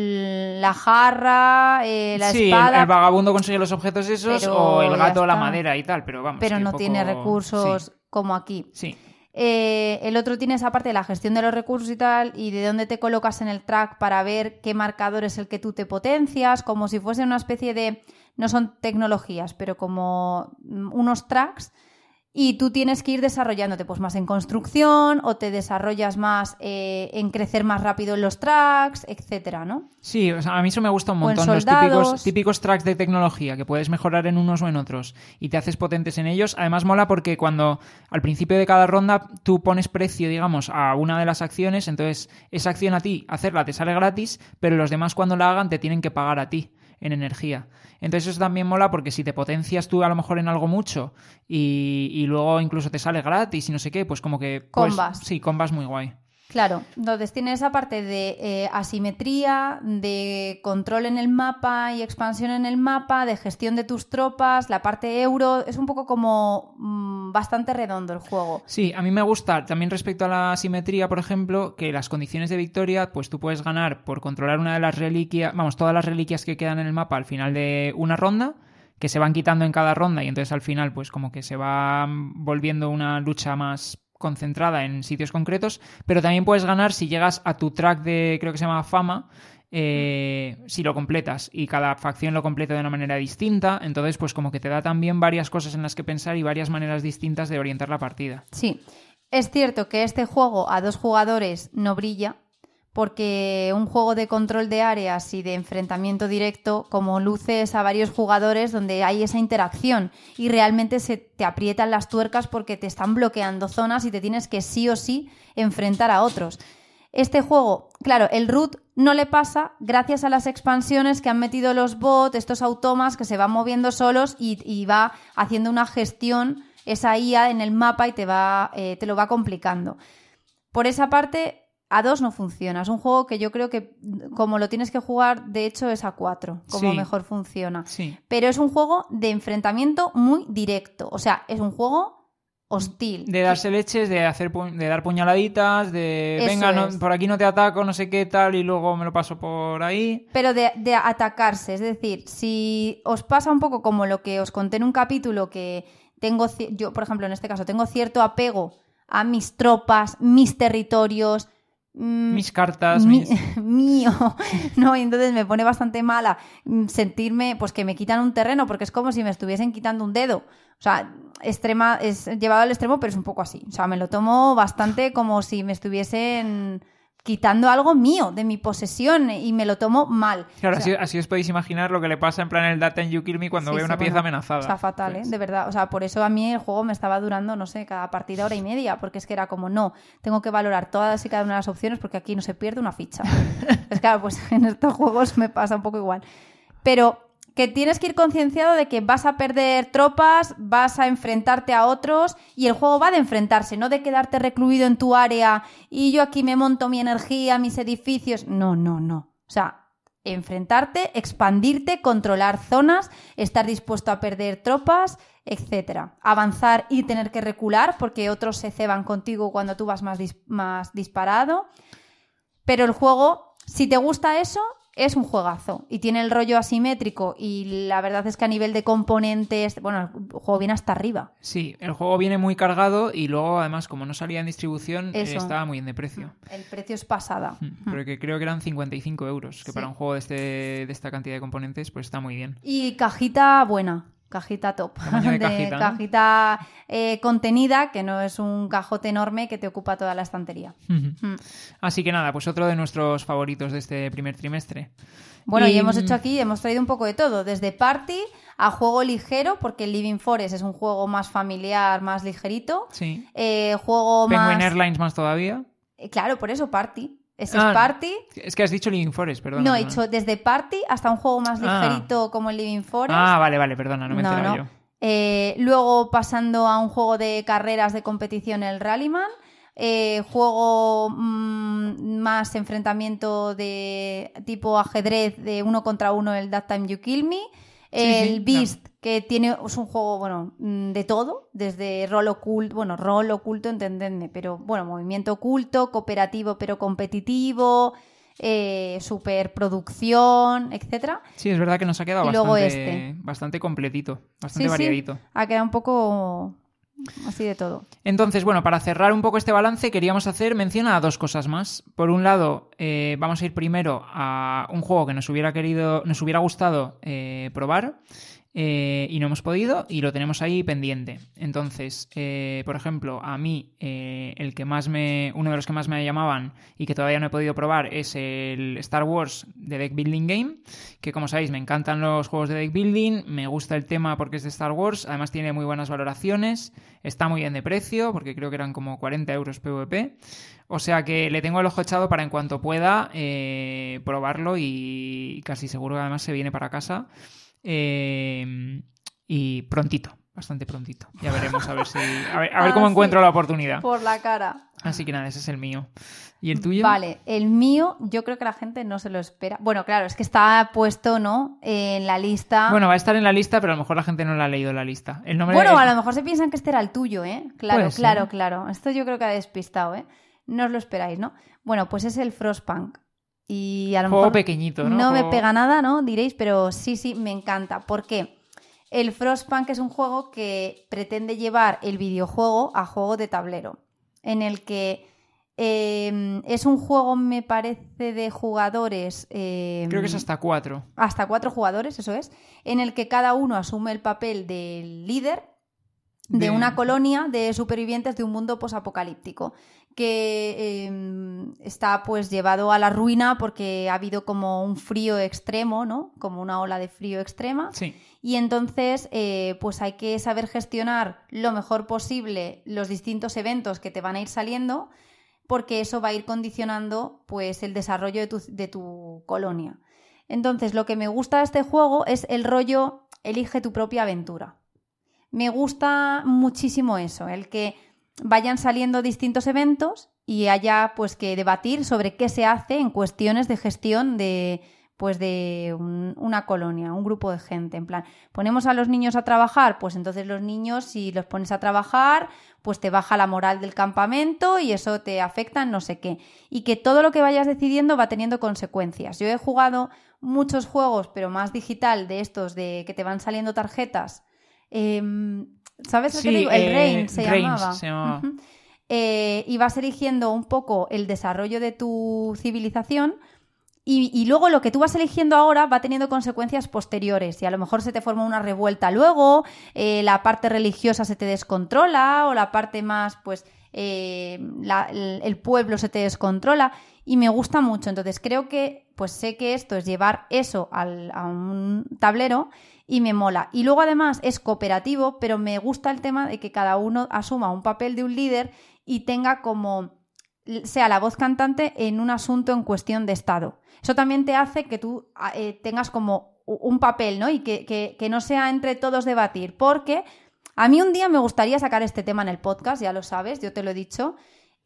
la jarra, eh, la
sí,
espada...
Sí, el, el vagabundo consigue los objetos esos
pero
o el gato la madera y tal, pero vamos.
Pero no
poco...
tiene recursos sí. como aquí.
Sí.
Eh, el otro tiene esa parte de la gestión de los recursos y tal, y de dónde te colocas en el track para ver qué marcador es el que tú te potencias, como si fuese una especie de... No son tecnologías, pero como unos tracks, y tú tienes que ir desarrollándote pues más en construcción o te desarrollas más eh, en crecer más rápido en los tracks, etcétera, ¿no?
Sí, o sea, a mí eso me gusta un montón, los típicos, típicos tracks de tecnología que puedes mejorar en unos o en otros y te haces potentes en ellos. Además mola porque cuando al principio de cada ronda tú pones precio, digamos, a una de las acciones, entonces esa acción a ti, hacerla te sale gratis, pero los demás cuando la hagan te tienen que pagar a ti en energía. Entonces eso también mola porque si te potencias tú a lo mejor en algo mucho y, y luego incluso te sale gratis y no sé qué, pues como que... Pues,
combas.
Sí, combas muy guay.
Claro, entonces tiene esa parte de eh, asimetría, de control en el mapa y expansión en el mapa, de gestión de tus tropas, la parte euro, es un poco como mmm, bastante redondo el juego.
Sí, a mí me gusta también respecto a la asimetría, por ejemplo, que las condiciones de victoria, pues tú puedes ganar por controlar una de las reliquias, vamos, todas las reliquias que quedan en el mapa al final de una ronda, que se van quitando en cada ronda y entonces al final pues como que se va volviendo una lucha más concentrada en sitios concretos, pero también puedes ganar si llegas a tu track de, creo que se llama fama, eh, si lo completas, y cada facción lo completa de una manera distinta, entonces pues como que te da también varias cosas en las que pensar y varias maneras distintas de orientar la partida.
Sí, es cierto que este juego a dos jugadores no brilla, porque un juego de control de áreas y de enfrentamiento directo, como luces a varios jugadores donde hay esa interacción y realmente se te aprietan las tuercas porque te están bloqueando zonas y te tienes que sí o sí enfrentar a otros. Este juego, claro, el root no le pasa gracias a las expansiones que han metido los bots, estos automas que se van moviendo solos y, y va haciendo una gestión, esa I A en el mapa y te, va, eh, te lo va complicando. Por esa parte... A dos no funciona. Es un juego que yo creo que como lo tienes que jugar, de hecho es a cuatro, como
sí,
mejor funciona.
Sí.
Pero es un juego de enfrentamiento muy directo. O sea, es un juego hostil.
De darse leches, de hacer pu- de dar puñaladitas, de
Eso
venga, no,
es.
por aquí no te ataco, no sé qué tal, y luego me lo paso por ahí.
Pero de, de atacarse. Es decir, si os pasa un poco como lo que os conté en un capítulo que tengo, yo por ejemplo en este caso, tengo cierto apego a mis tropas, mis territorios...
Mis cartas,
Mi,
mis...
mío, no, y entonces me pone bastante mala sentirme, pues que me quitan un terreno, porque es como si me estuviesen quitando un dedo. O sea, extrema, es llevado al extremo, pero es un poco así. O sea, me lo tomo bastante como si me estuviesen quitando algo mío, de mi posesión, y me lo tomo mal.
Claro,
o sea,
así, así os podéis imaginar lo que le pasa en plan el That Time You Kill Me cuando
sí,
ve
sí,
una pieza
bueno,
amenazada.
Está fatal,
pues...
¿eh? De verdad. O sea, por eso a mí el juego me estaba durando, no sé, cada partida hora y media, porque es que era como, no, tengo que valorar todas y cada una de las opciones porque aquí no se pierde una ficha. Es claro, pues en estos juegos me pasa un poco igual. Pero que tienes que ir concienciado de que vas a perder tropas, vas a enfrentarte a otros y el juego va de enfrentarse, no de quedarte recluido en tu área y yo aquí me monto mi energía, mis edificios. No, no, no. O sea, enfrentarte, expandirte, controlar zonas, estar dispuesto a perder tropas, etcétera. Avanzar y tener que recular porque otros se ceban contigo cuando tú vas más, dis- más disparado. Pero el juego, si te gusta eso, es un juegazo y tiene el rollo asimétrico y la verdad es que a nivel de componentes, bueno, el juego viene hasta arriba.
Sí, el juego viene muy cargado y luego además como no salía en distribución eh,
Eso.
estaba muy bien de precio.
El precio es pasada.
Porque creo que eran cincuenta y cinco euros, que
Sí.
para un juego de, este, de esta cantidad de componentes pues está muy bien.
Y cajita buena. Cajita top.
Tamaño de cajita, ¿no?
Cajita eh, contenida, que no es un cajote enorme que te ocupa toda la estantería. Mm.
Así que nada, pues otro de nuestros favoritos de este primer trimestre.
Bueno, y...
y
hemos hecho aquí, hemos traído un poco de todo, desde party a juego ligero, porque el Living Forest es un juego más familiar, más ligerito.
Sí.
Eh, juego
Penguin
más...
Airlines más todavía.
Eh, claro, por eso party. Ese
Ah,
es party.
Es que has dicho Living Forest, perdón.
No, he dicho desde party hasta un juego más
Ah.
ligerito como el Living Forest.
Ah, vale, vale, perdona, no me he
No,
enterado
no.
yo.
Eh, luego pasando a un juego de carreras de competición, el Rallyman. Eh, juego mmm, más enfrentamiento de tipo ajedrez de uno contra uno, el That Time You Kill Me. El
Sí, sí,
Beast,
claro.
que tiene, es un juego, bueno, de todo, desde rol oculto, bueno, rol oculto, entendedme, pero bueno, movimiento oculto, cooperativo pero competitivo, eh, superproducción, etcétera.
Sí, es verdad que nos ha quedado
Y luego
bastante,
este.
bastante completito, bastante
Sí,
variadito.
sí, ha quedado un poco así de todo.
Entonces, bueno, para cerrar un poco este balance, queríamos hacer mención a dos cosas más. Por un lado, eh, vamos a ir primero a un juego que nos hubiera querido, nos hubiera gustado eh, probar. Eh, y no hemos podido y lo tenemos ahí pendiente. Entonces, eh, por ejemplo, a mí eh, el que más me, uno de los que más me llamaban y que todavía no he podido probar es el Star Wars The Deck Building Game, que como sabéis me encantan los juegos de deck building, me gusta el tema porque es de Star Wars, además tiene muy buenas valoraciones, está muy bien de precio porque creo que eran como cuarenta euros PvP. O sea que le tengo el ojo echado para en cuanto pueda eh, probarlo y casi seguro que además se viene para casa. Eh, y prontito, bastante prontito. Ya veremos a ver si a ver, a ver cómo
Ah,
encuentro
sí.
la oportunidad.
Por la cara.
Así que nada, ese es el mío. ¿Y el tuyo?
Vale, el mío yo creo que la gente no se lo espera. Bueno, claro, es que está puesto, ¿no?, en la lista.
Bueno, va a estar en la lista, pero a lo mejor la gente no la ha leído la lista. El nombre
Bueno,
es...
a lo mejor se piensan que este era el tuyo, ¿eh? Claro,
Puede
claro,
ser.
claro. Esto yo creo que ha despistado, ¿eh? No os lo esperáis, ¿no? Bueno, pues es el Frostpunk. Y a lo
Juego
mejor
pequeñito, ¿no?
no me
Juego-
pega nada, ¿no? Diréis, pero sí, sí, me encanta. ¿Por qué? El Frostpunk es un juego que pretende llevar el videojuego a juego de tablero, en el que eh, es un juego, me parece, de jugadores... eh,
Creo que es hasta cuatro.
hasta cuatro jugadores, eso es, en el que cada uno asume el papel del líder de,
De-
una colonia de supervivientes de un mundo posapocalíptico que eh, está pues llevado a la ruina porque ha habido como un frío extremo, ¿no? Como una ola de frío extrema.
Sí.
Y entonces eh, pues hay que saber gestionar lo mejor posible los distintos eventos que te van a ir saliendo, porque eso va a ir condicionando pues el desarrollo de tu, de tu colonia. Entonces, lo que me gusta de este juego es el rollo elige tu propia aventura. Me gusta muchísimo eso, el que vayan saliendo distintos eventos y haya pues que debatir sobre qué se hace en cuestiones de gestión de pues de un, una colonia, un grupo de gente. En plan, ponemos a los niños a trabajar, pues entonces los niños, si los pones a trabajar, pues te baja la moral del campamento y eso te afecta en no sé qué. Y que todo lo que vayas decidiendo va teniendo consecuencias. Yo he jugado muchos juegos, pero más digital, de estos de que te van saliendo tarjetas. Eh, ¿Sabes lo
Sí,
que te digo? El
eh,
Reign se
Reigns
llamaba.
se llamaba.
Uh-huh. Eh, y vas eligiendo un poco el desarrollo de tu civilización. Y, y luego lo que tú vas eligiendo ahora va teniendo consecuencias posteriores y a lo mejor se te forma una revuelta luego, eh, la parte religiosa se te descontrola o la parte más, pues, eh, la, el, el pueblo se te descontrola y me gusta mucho. Entonces creo que, pues sé que esto es llevar eso al, a un tablero y me mola. Y luego además es cooperativo, pero me gusta el tema de que cada uno asuma un papel de un líder y tenga como... sea la voz cantante en un asunto en cuestión de Estado. Eso también te hace que tú eh, tengas como un papel, ¿no? Y que, que, que no sea entre todos debatir, porque a mí un día me gustaría sacar este tema en el podcast, ya lo sabes, yo te lo he dicho.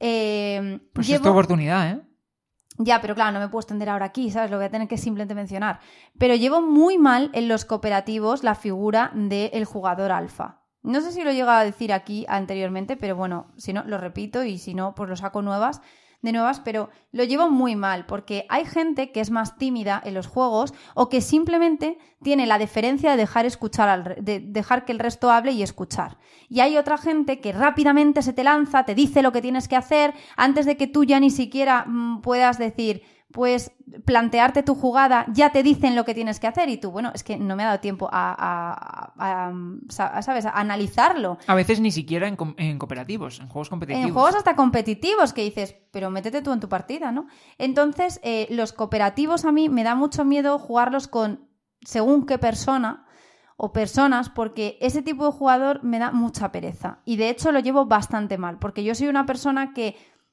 Eh,
pues
llevo...
es tu oportunidad, ¿eh?
Ya, pero claro, no me puedo extender ahora aquí, ¿sabes? Lo voy a tener que simplemente mencionar. Pero llevo muy mal en los cooperativos la figura del jugador alfa. No sé si lo he llegado a decir aquí anteriormente, pero bueno, si no, lo repito y si no, pues lo saco nuevas, de nuevas, pero lo llevo muy mal porque hay gente que es más tímida en los juegos o que simplemente tiene la deferencia de dejar escuchar al, de dejar que el resto hable y escuchar. Y hay otra gente que rápidamente se te lanza, te dice lo que tienes que hacer antes de que tú ya ni siquiera mmm, puedas decir... pues plantearte tu jugada, ya te dicen lo que tienes que hacer y tú, bueno, es que no me ha dado tiempo a, a, a, a ¿sabes?, a analizarlo.
A veces ni siquiera en, en cooperativos, en juegos competitivos.
En juegos hasta competitivos que dices, pero métete tú en tu partida, ¿no? Entonces, eh, los cooperativos a mí me da mucho miedo jugarlos con según qué persona o personas, porque ese tipo de jugador me da mucha pereza y de hecho lo llevo bastante mal, porque yo soy una persona que...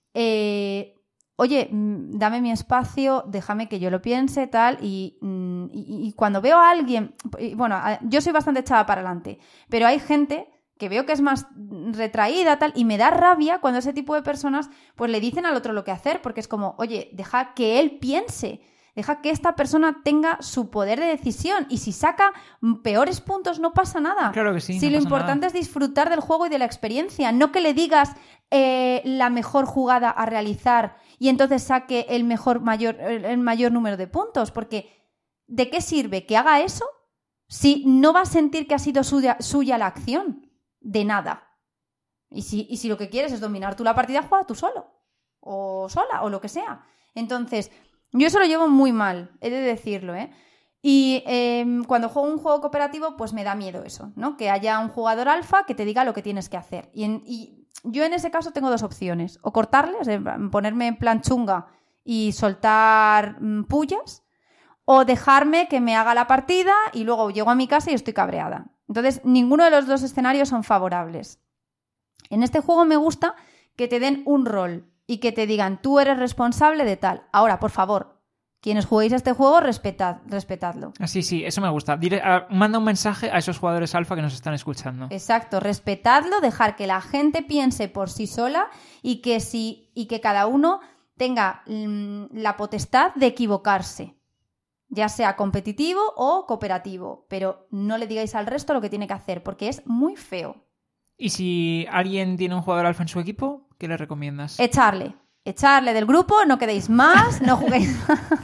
Eh, oye, dame mi espacio, déjame que yo lo piense, tal, y, y, y cuando veo a alguien, bueno, yo soy bastante echada para adelante, pero hay gente que veo que es más retraída, tal, y me da rabia cuando ese tipo de personas pues le dicen al otro lo que hacer, porque es como, oye, deja que él piense, deja que esta persona tenga su poder de decisión, y si saca peores puntos no pasa nada.
Claro que sí.
Si
no
lo
pasa
importante
nada.
es disfrutar del juego y de la experiencia, no que le digas eh, la mejor jugada a realizar y entonces saque el mejor mayor, el mayor número de puntos, porque ¿de qué sirve que haga eso si no va a sentir que ha sido suya, suya la acción? De nada. Y si, y si lo que quieres es dominar tú la partida, juega tú solo o sola o lo que sea. Entonces, yo eso lo llevo muy mal, he de decirlo, ¿eh? Y eh, cuando juego un juego cooperativo, pues me da miedo eso, ¿no? Que haya un jugador alfa que te diga lo que tienes que hacer. Y, en, y yo en ese caso tengo dos opciones. O cortarles, ponerme en plan chunga y soltar mmm, pullas, o dejarme que me haga la partida y luego llego a mi casa y estoy cabreada. Entonces, ninguno de los dos escenarios son favorables. En este juego me gusta que te den un rol y que te digan, tú eres responsable de tal. Ahora, por favor, Quienes juguéis a este juego, respetad, respetadlo.
Ah, sí, sí, eso me gusta. Dire- a- manda un mensaje a esos jugadores alfa que nos están escuchando.
Exacto, respetadlo, dejar que la gente piense por sí sola y que, si, y que cada uno tenga mm, la potestad de equivocarse, ya sea competitivo o cooperativo, pero no le digáis al resto lo que tiene que hacer, porque es muy feo.
¿Y si alguien tiene un jugador alfa en su equipo, qué le recomiendas?
Echarle. Echarle del grupo, no quedéis más, no juguéis.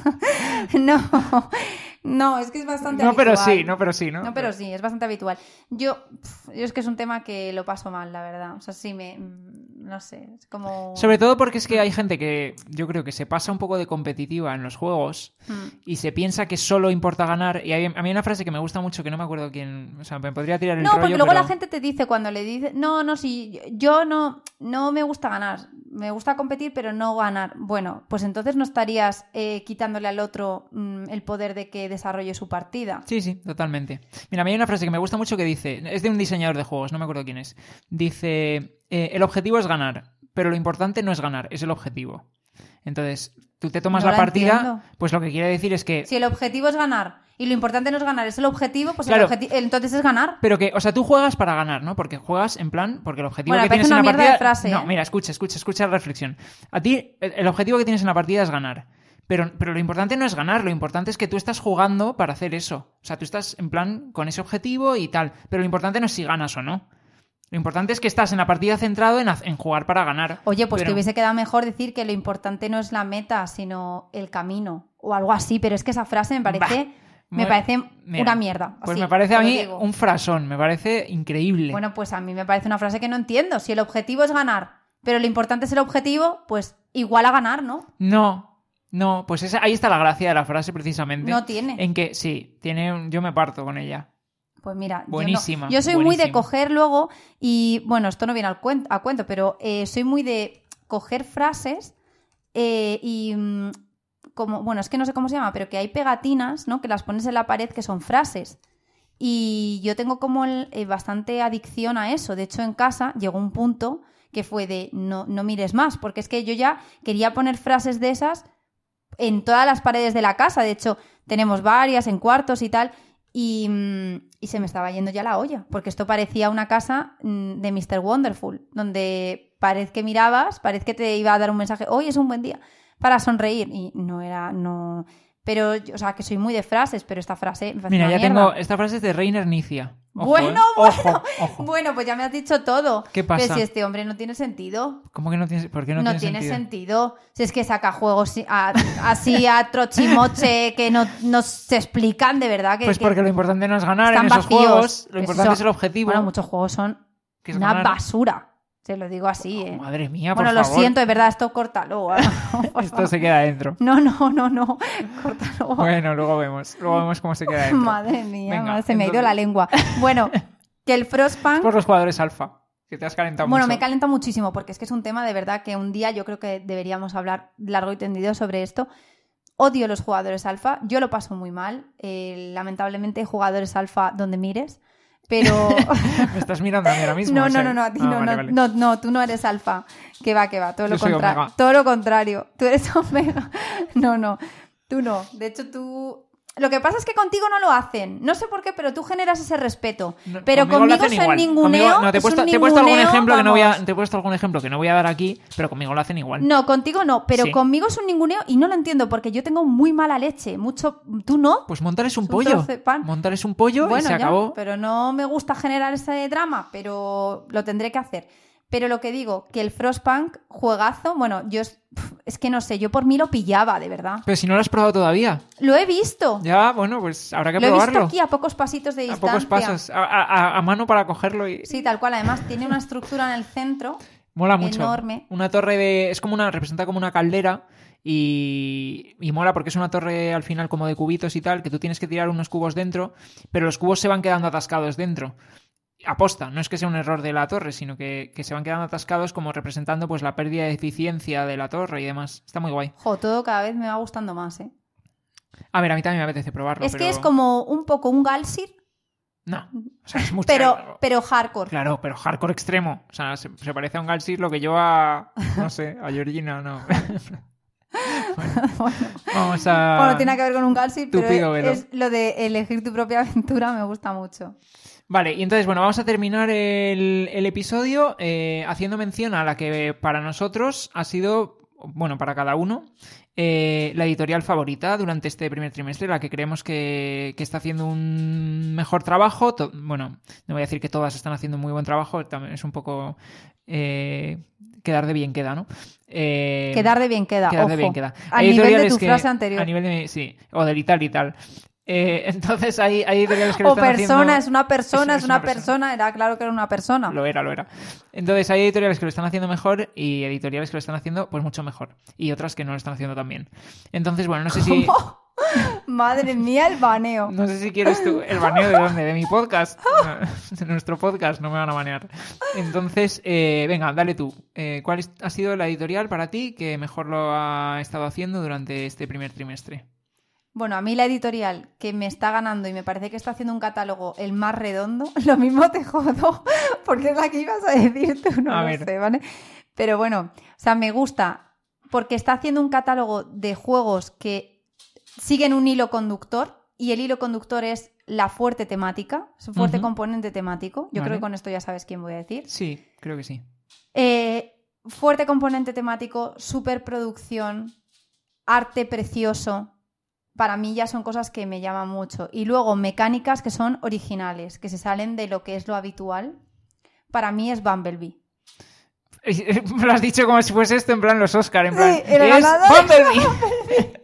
no, no, es que es bastante
No,
habitual.
pero sí, no, pero sí, ¿no?
No, pero sí, es bastante habitual. Yo, pf, yo es que es un tema que lo paso mal, la verdad. O sea, sí me... No sé, es como...
Sobre todo porque es que hay gente que yo creo que se pasa un poco de competitiva en los juegos
Hmm.
y se piensa que solo importa ganar. Y hay, a mí hay una frase que me gusta mucho que no me acuerdo quién... O sea, me podría tirar el
No,
rollo,
porque luego
pero...
la gente te dice cuando le dice, no, no, sí, yo no, no me gusta ganar, me gusta competir, pero no ganar. Bueno, pues entonces no estarías eh, quitándole al otro mm, el poder de que desarrolle su partida.
Sí, sí, totalmente. Mira, a mí hay una frase que me gusta mucho que dice, es de un diseñador de juegos, no me acuerdo quién es. Dice, eh, el objetivo es ganar, pero lo importante no es ganar, es el objetivo. Entonces, tú te tomas
No
la
la
partida,
entiendo.
pues lo que quiere decir es que...
Si el objetivo es ganar y lo importante no es ganar, es el objetivo, pues
Claro.
el objeti- entonces es ganar.
Pero que, o sea, tú juegas para ganar, ¿no? Porque juegas en plan, porque el objetivo
Bueno,
que
me parece
tienes en
una
la
mierda
partida...
de frase,
No,
¿eh?
mira, escucha, escucha, escucha la reflexión. A ti, el el objetivo que tienes en la partida es ganar. Pero, pero lo importante no es ganar, lo importante es que tú estás jugando para hacer eso. O sea, tú estás en plan con ese objetivo y tal. Pero lo importante no es si ganas o no. Lo importante es que estás en la partida centrado en, haz- en jugar para ganar.
Oye, pues
Pero-
que hubiese quedado mejor decir que lo importante no es la meta, sino el camino o algo así, pero es que esa frase me parece,
Bah,
me
mu-
parece
mira,
una mierda.
Pues
así,
me parece
te
a
lo
mí
digo.
un frasón, me parece increíble.
Bueno, pues a mí me parece una frase que no entiendo. Si el objetivo es ganar, pero lo importante es el objetivo, pues igual a ganar, ¿no?
No, no, pues esa, ahí está la gracia de la frase precisamente.
No tiene.
En que sí, tiene un- yo me parto con ella.
Pues mira, yo no-
Buenísima,
yo, soy muy de
buenísima.
coger luego y, bueno, esto no viene al cuen- a cuento, pero eh, soy muy de coger frases eh, y mm, como, bueno, es que no sé cómo se llama, pero que hay pegatinas, ¿no? Que las pones en la pared que son frases. Y yo tengo como el- eh, bastante adicción a eso. De hecho, en casa llegó un punto que fue de no, no mires más, porque es que yo ya quería poner frases de esas en todas las paredes de la casa. De hecho, tenemos varias en cuartos y tal. Y, mm, y se me estaba yendo ya la olla, porque esto parecía una casa mm, de míster Wonderful, donde parece que mirabas, parece que te iba a dar un mensaje, hoy es un buen día, para sonreír. Y no era, no... Pero, yo- o sea, que soy muy de frases, pero esta frase me parece
Mira,
una
ya
mierda.
tengo. Esta frase es de Reiner Nicia. Ojo,
Bueno,
¿eh?
bueno.
Ojo, ojo.
Bueno, pues ya me has dicho todo.
¿Qué pasa?
Pero si este hombre no tiene sentido.
¿Cómo que no tiene, ¿por qué no,
No,
tiene,
tiene
sentido?
sentido. Si es que saca juegos a- así a trochimoche que no, no se explican de verdad. Que,
Pues
que
porque lo importante no es ganar
están
en esos
vacíos.
juegos, lo
Pues
importante
eso-
es el objetivo.
Bueno, muchos juegos son
que es
una
ganar.
basura. Se lo digo así, ¿eh?
Oh, madre mía, por
bueno, lo
favor.
siento, de verdad, esto córtalo. Por
Esto
favor.
se queda dentro.
No, no, no, no. Córtalo.
Bueno, luego vemos. Luego vemos cómo se queda dentro.
Madre mía,
Venga,
madre, se me ha ido
entonces-
la lengua. Bueno, que el Frostpunk...
Por los jugadores alfa, que te has calentado
Bueno,
mucho.
me calenta muchísimo porque es que es un tema de verdad que un día yo creo que deberíamos hablar largo y tendido sobre esto. Odio los jugadores alfa, yo lo paso muy mal. Eh, lamentablemente hay jugadores alfa donde mires, pero...
Me estás mirando a mí ahora mismo.
no,
o
no,
sea-
no, no, a ti
Ah,
no,
vale,
no,
vale.
no, no, tú no eres alfa. Que va, que va, todo
Yo
lo
soy
contrario.
omega.
Todo lo contrario. Tú eres omega. No, no, tú no. De hecho, tú... Lo que pasa es que contigo no lo hacen. No sé por qué, pero tú generas ese respeto.
No,
Pero
lo
conmigo,
hacen
son
igual.
ninguneo.
Conmigo- no, te he
es
puesto,
un
te he puesto algún
ninguneo,
ejemplo que no voy a,
vamos.
te he puesto algún ejemplo que no voy a dar aquí, pero conmigo lo hacen igual.
No, contigo no, pero
Sí.
conmigo es un ninguneo y no lo entiendo porque yo tengo muy mala leche. Mucho. ¿Tú no?
Pues montarles un
Es un
pollo.
trozo de pan.
Montarles un pollo
Bueno,
y se
ya,
acabó.
pero no me gusta generar ese drama, pero lo tendré que hacer. Pero lo que digo, que el Frostpunk, juegazo, bueno, yo es, pf, es que no sé, yo por mí lo pillaba, de verdad.
Pero si no lo has probado todavía.
Lo he visto.
Ya, bueno, pues habrá que
Lo he visto
probarlo.
aquí a pocos pasitos de
a
distancia.
pocos pasos. A, a- a mano para cogerlo y.
Sí, tal cual. Además, tiene una estructura en el centro.
Mola mucho.
Enorme.
Una torre de. Es como una. Representa como una caldera. Y, y mola porque es una torre al final como de cubitos y tal, que tú tienes que tirar unos cubos dentro, pero los cubos se van quedando atascados dentro. Aposta, no es que sea un error de la torre, sino que, que se van quedando atascados como representando pues la pérdida de eficiencia de la torre y demás. Está muy guay.
Jo, todo cada vez me va gustando más, ¿eh?
A ver, a mí también me apetece probarlo.
Es
pero...
que es como un poco un Galsir,
No, o sea, es mucho...
pero, pero hardcore.
Claro, pero hardcore extremo. O sea, se, se parece a un Galsir lo que yo a... No sé, a Georgina, no. Bueno,
bueno,
vamos a...
bueno, tiene que ver con un Galsir, pero
Tupido velo.
es lo de elegir tu propia aventura me gusta mucho.
Vale, y entonces, bueno, vamos a terminar el, el episodio eh, haciendo mención a la que para nosotros ha sido, bueno, para cada uno, eh, la editorial favorita durante este primer trimestre, la que creemos que, que está haciendo un mejor trabajo. To- bueno, no voy a decir que todas están haciendo un muy buen trabajo, también es un poco eh, quedar de bien queda, ¿no? Eh,
Quedar de bien queda,
quedar
ojo,
de bien queda.
a
Hay
nivel de
editoriales
tu
que-
frase anterior.
A nivel de, sí, o del y tal y tal. Eh, entonces hay, hay editoriales que lo
O
están
persona,
haciendo...
es una persona,
Es-
es,
es
una,
una persona.
persona. Era claro que era una persona.
Lo era, lo era. Entonces hay editoriales que lo están haciendo mejor y editoriales que lo están haciendo pues mucho mejor. Y otras que no lo están haciendo tan bien. Entonces, bueno, no sé si...
¿Cómo? Madre mía, el baneo.
No sé si quieres tú... ¿El baneo de dónde? ¿De mi podcast? De nuestro podcast, no me van a banear. Entonces, eh, venga, dale tú. Eh, ¿Cuál es- ha sido la editorial para ti que mejor lo ha estado haciendo durante este primer trimestre?
Bueno, a mí la editorial que me está ganando y me parece que está haciendo un catálogo el más redondo, lo mismo te jodo, porque es la que ibas a decir tú, no
A
lo
ver.
sé, ¿vale? Pero bueno, o sea, me gusta porque está haciendo un catálogo de juegos que siguen un hilo conductor y el hilo conductor es la fuerte temática, su fuerte
Ujú.
componente temático. Yo
Vale.
creo que con esto ya sabes quién voy a decir.
Sí, creo que sí.
Eh, fuerte componente temático, superproducción, arte precioso. Para mí ya son cosas que me llaman mucho. Y luego mecánicas que son originales, que se salen de lo que es lo habitual. Para mí es Bumblebee.
Me lo has dicho como si fuese esto en plan los Oscar, en
Sí,
plan...
el
¡Es
ganador
Bumblebee!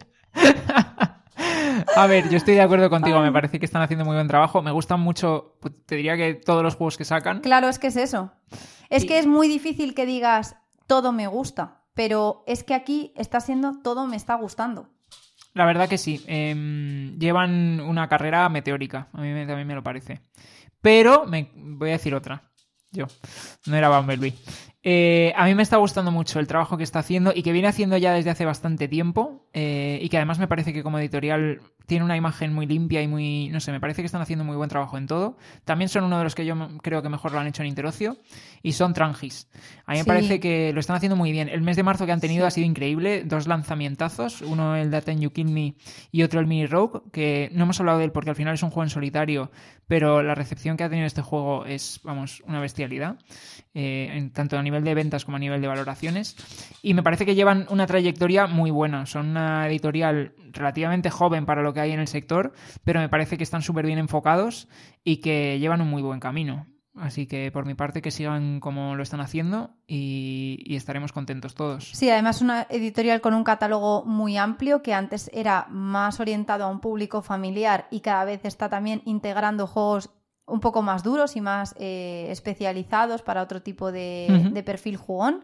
A ver, yo estoy de acuerdo contigo, me parece que están haciendo muy buen trabajo. Me gustan mucho, pues, te diría que todos los juegos que sacan.
Claro, es que es eso. Es
Y-
que es muy difícil que digas todo me gusta, pero es que aquí está siendo todo me está gustando.
La verdad que sí. Eh, llevan una carrera meteórica, a mí me- también me lo parece. Pero me voy a decir otra. Yo. No era Bumblebee. Eh, a mí me está gustando mucho el trabajo que está haciendo y que viene haciendo ya desde hace bastante tiempo eh, y que además me parece que como editorial tiene una imagen muy limpia y muy... No sé, me parece que están haciendo muy buen trabajo en todo. También son uno de los que yo m- creo que mejor lo han hecho en Interocio y son Trangis. A mí me
Sí.
parece que lo están haciendo muy bien. El mes de marzo que han tenido
Sí.
ha sido increíble. Dos lanzamientazos. Uno el That Time You Kill Me y otro el Mini Rogue, que no hemos hablado de él porque al final es un juego en solitario, pero la recepción que ha tenido este juego es, vamos, una bestialidad. Eh, en, tanto a nivel de ventas como a nivel de valoraciones. Y me parece que llevan una trayectoria muy buena. Son una editorial relativamente joven para lo que hay en el sector, pero me parece que están súper bien enfocados y que llevan un muy buen camino. Así que por mi parte que sigan como lo están haciendo y, y estaremos contentos todos.
Sí, además una editorial con un catálogo muy amplio que antes era más orientado a un público familiar y cada vez está también integrando juegos un poco más duros y más eh, especializados para otro tipo de,
Ujú.
de perfil jugón.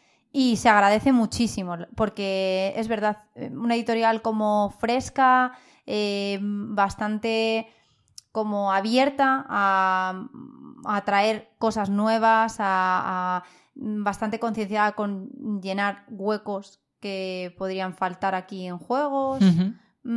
Y se agradece muchísimo, porque es verdad, una editorial como fresca, eh, bastante como abierta a, a traer cosas nuevas, a, a bastante concienciada con llenar huecos que podrían faltar aquí en juegos.
Ujú.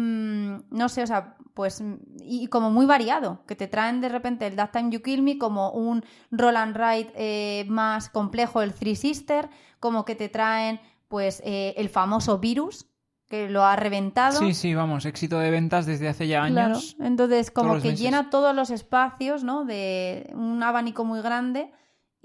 Mm, no sé, o sea, pues y como muy variado, que te traen de repente el That Time You Kill Me como un roll and write eh, más complejo, el Three Sister, como que te traen pues eh, el famoso Virus, que lo ha reventado.
Sí, sí, vamos, éxito de ventas desde hace ya
Claro,
años.
entonces como
todos los
que
meses.
llena todos los espacios, ¿no? De un abanico muy grande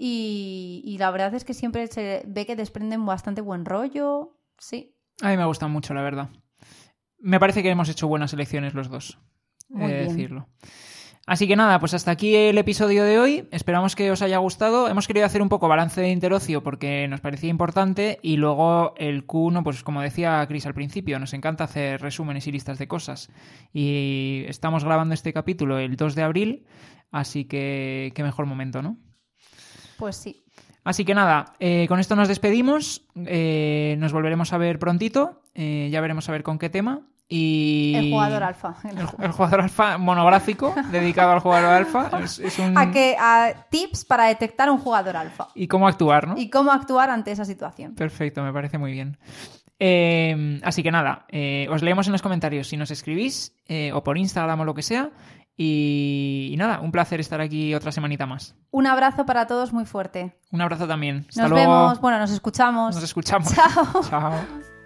y, y la verdad es que siempre se ve que desprenden bastante buen rollo, sí.
A mí me gustan mucho, la verdad. Me parece que hemos hecho buenas elecciones los dos,
Muy
he de
bien.
decirlo. Así que nada, pues hasta aquí el episodio de hoy. Esperamos que os haya gustado. Hemos querido hacer un poco balance de Interocio porque nos parecía importante y luego el Q uno, pues como decía Chris al principio, nos encanta hacer resúmenes y listas de cosas. Y estamos grabando este capítulo el dos de abril, así que qué mejor momento, ¿no?
Pues sí.
Así que nada, eh, con esto nos despedimos. Eh, nos volveremos a ver prontito. Eh, ya veremos a ver con qué tema. Y...
El jugador alfa.
El, el jugador alfa monográfico dedicado al jugador alfa. Es, es un...
A que a tips para detectar un jugador alfa
Y cómo actuar, ¿no?
y cómo actuar ante esa situación.
Perfecto, me parece muy bien. Eh, así que nada, eh, os leemos en los comentarios si nos escribís eh, o por Instagram o lo que sea. Y, y nada, un placer estar aquí otra semanita más.
Un abrazo para todos muy fuerte.
Un abrazo también. Hasta
Nos
luego.
vemos, bueno, nos escuchamos.
Nos escuchamos.
Chao.
Chao.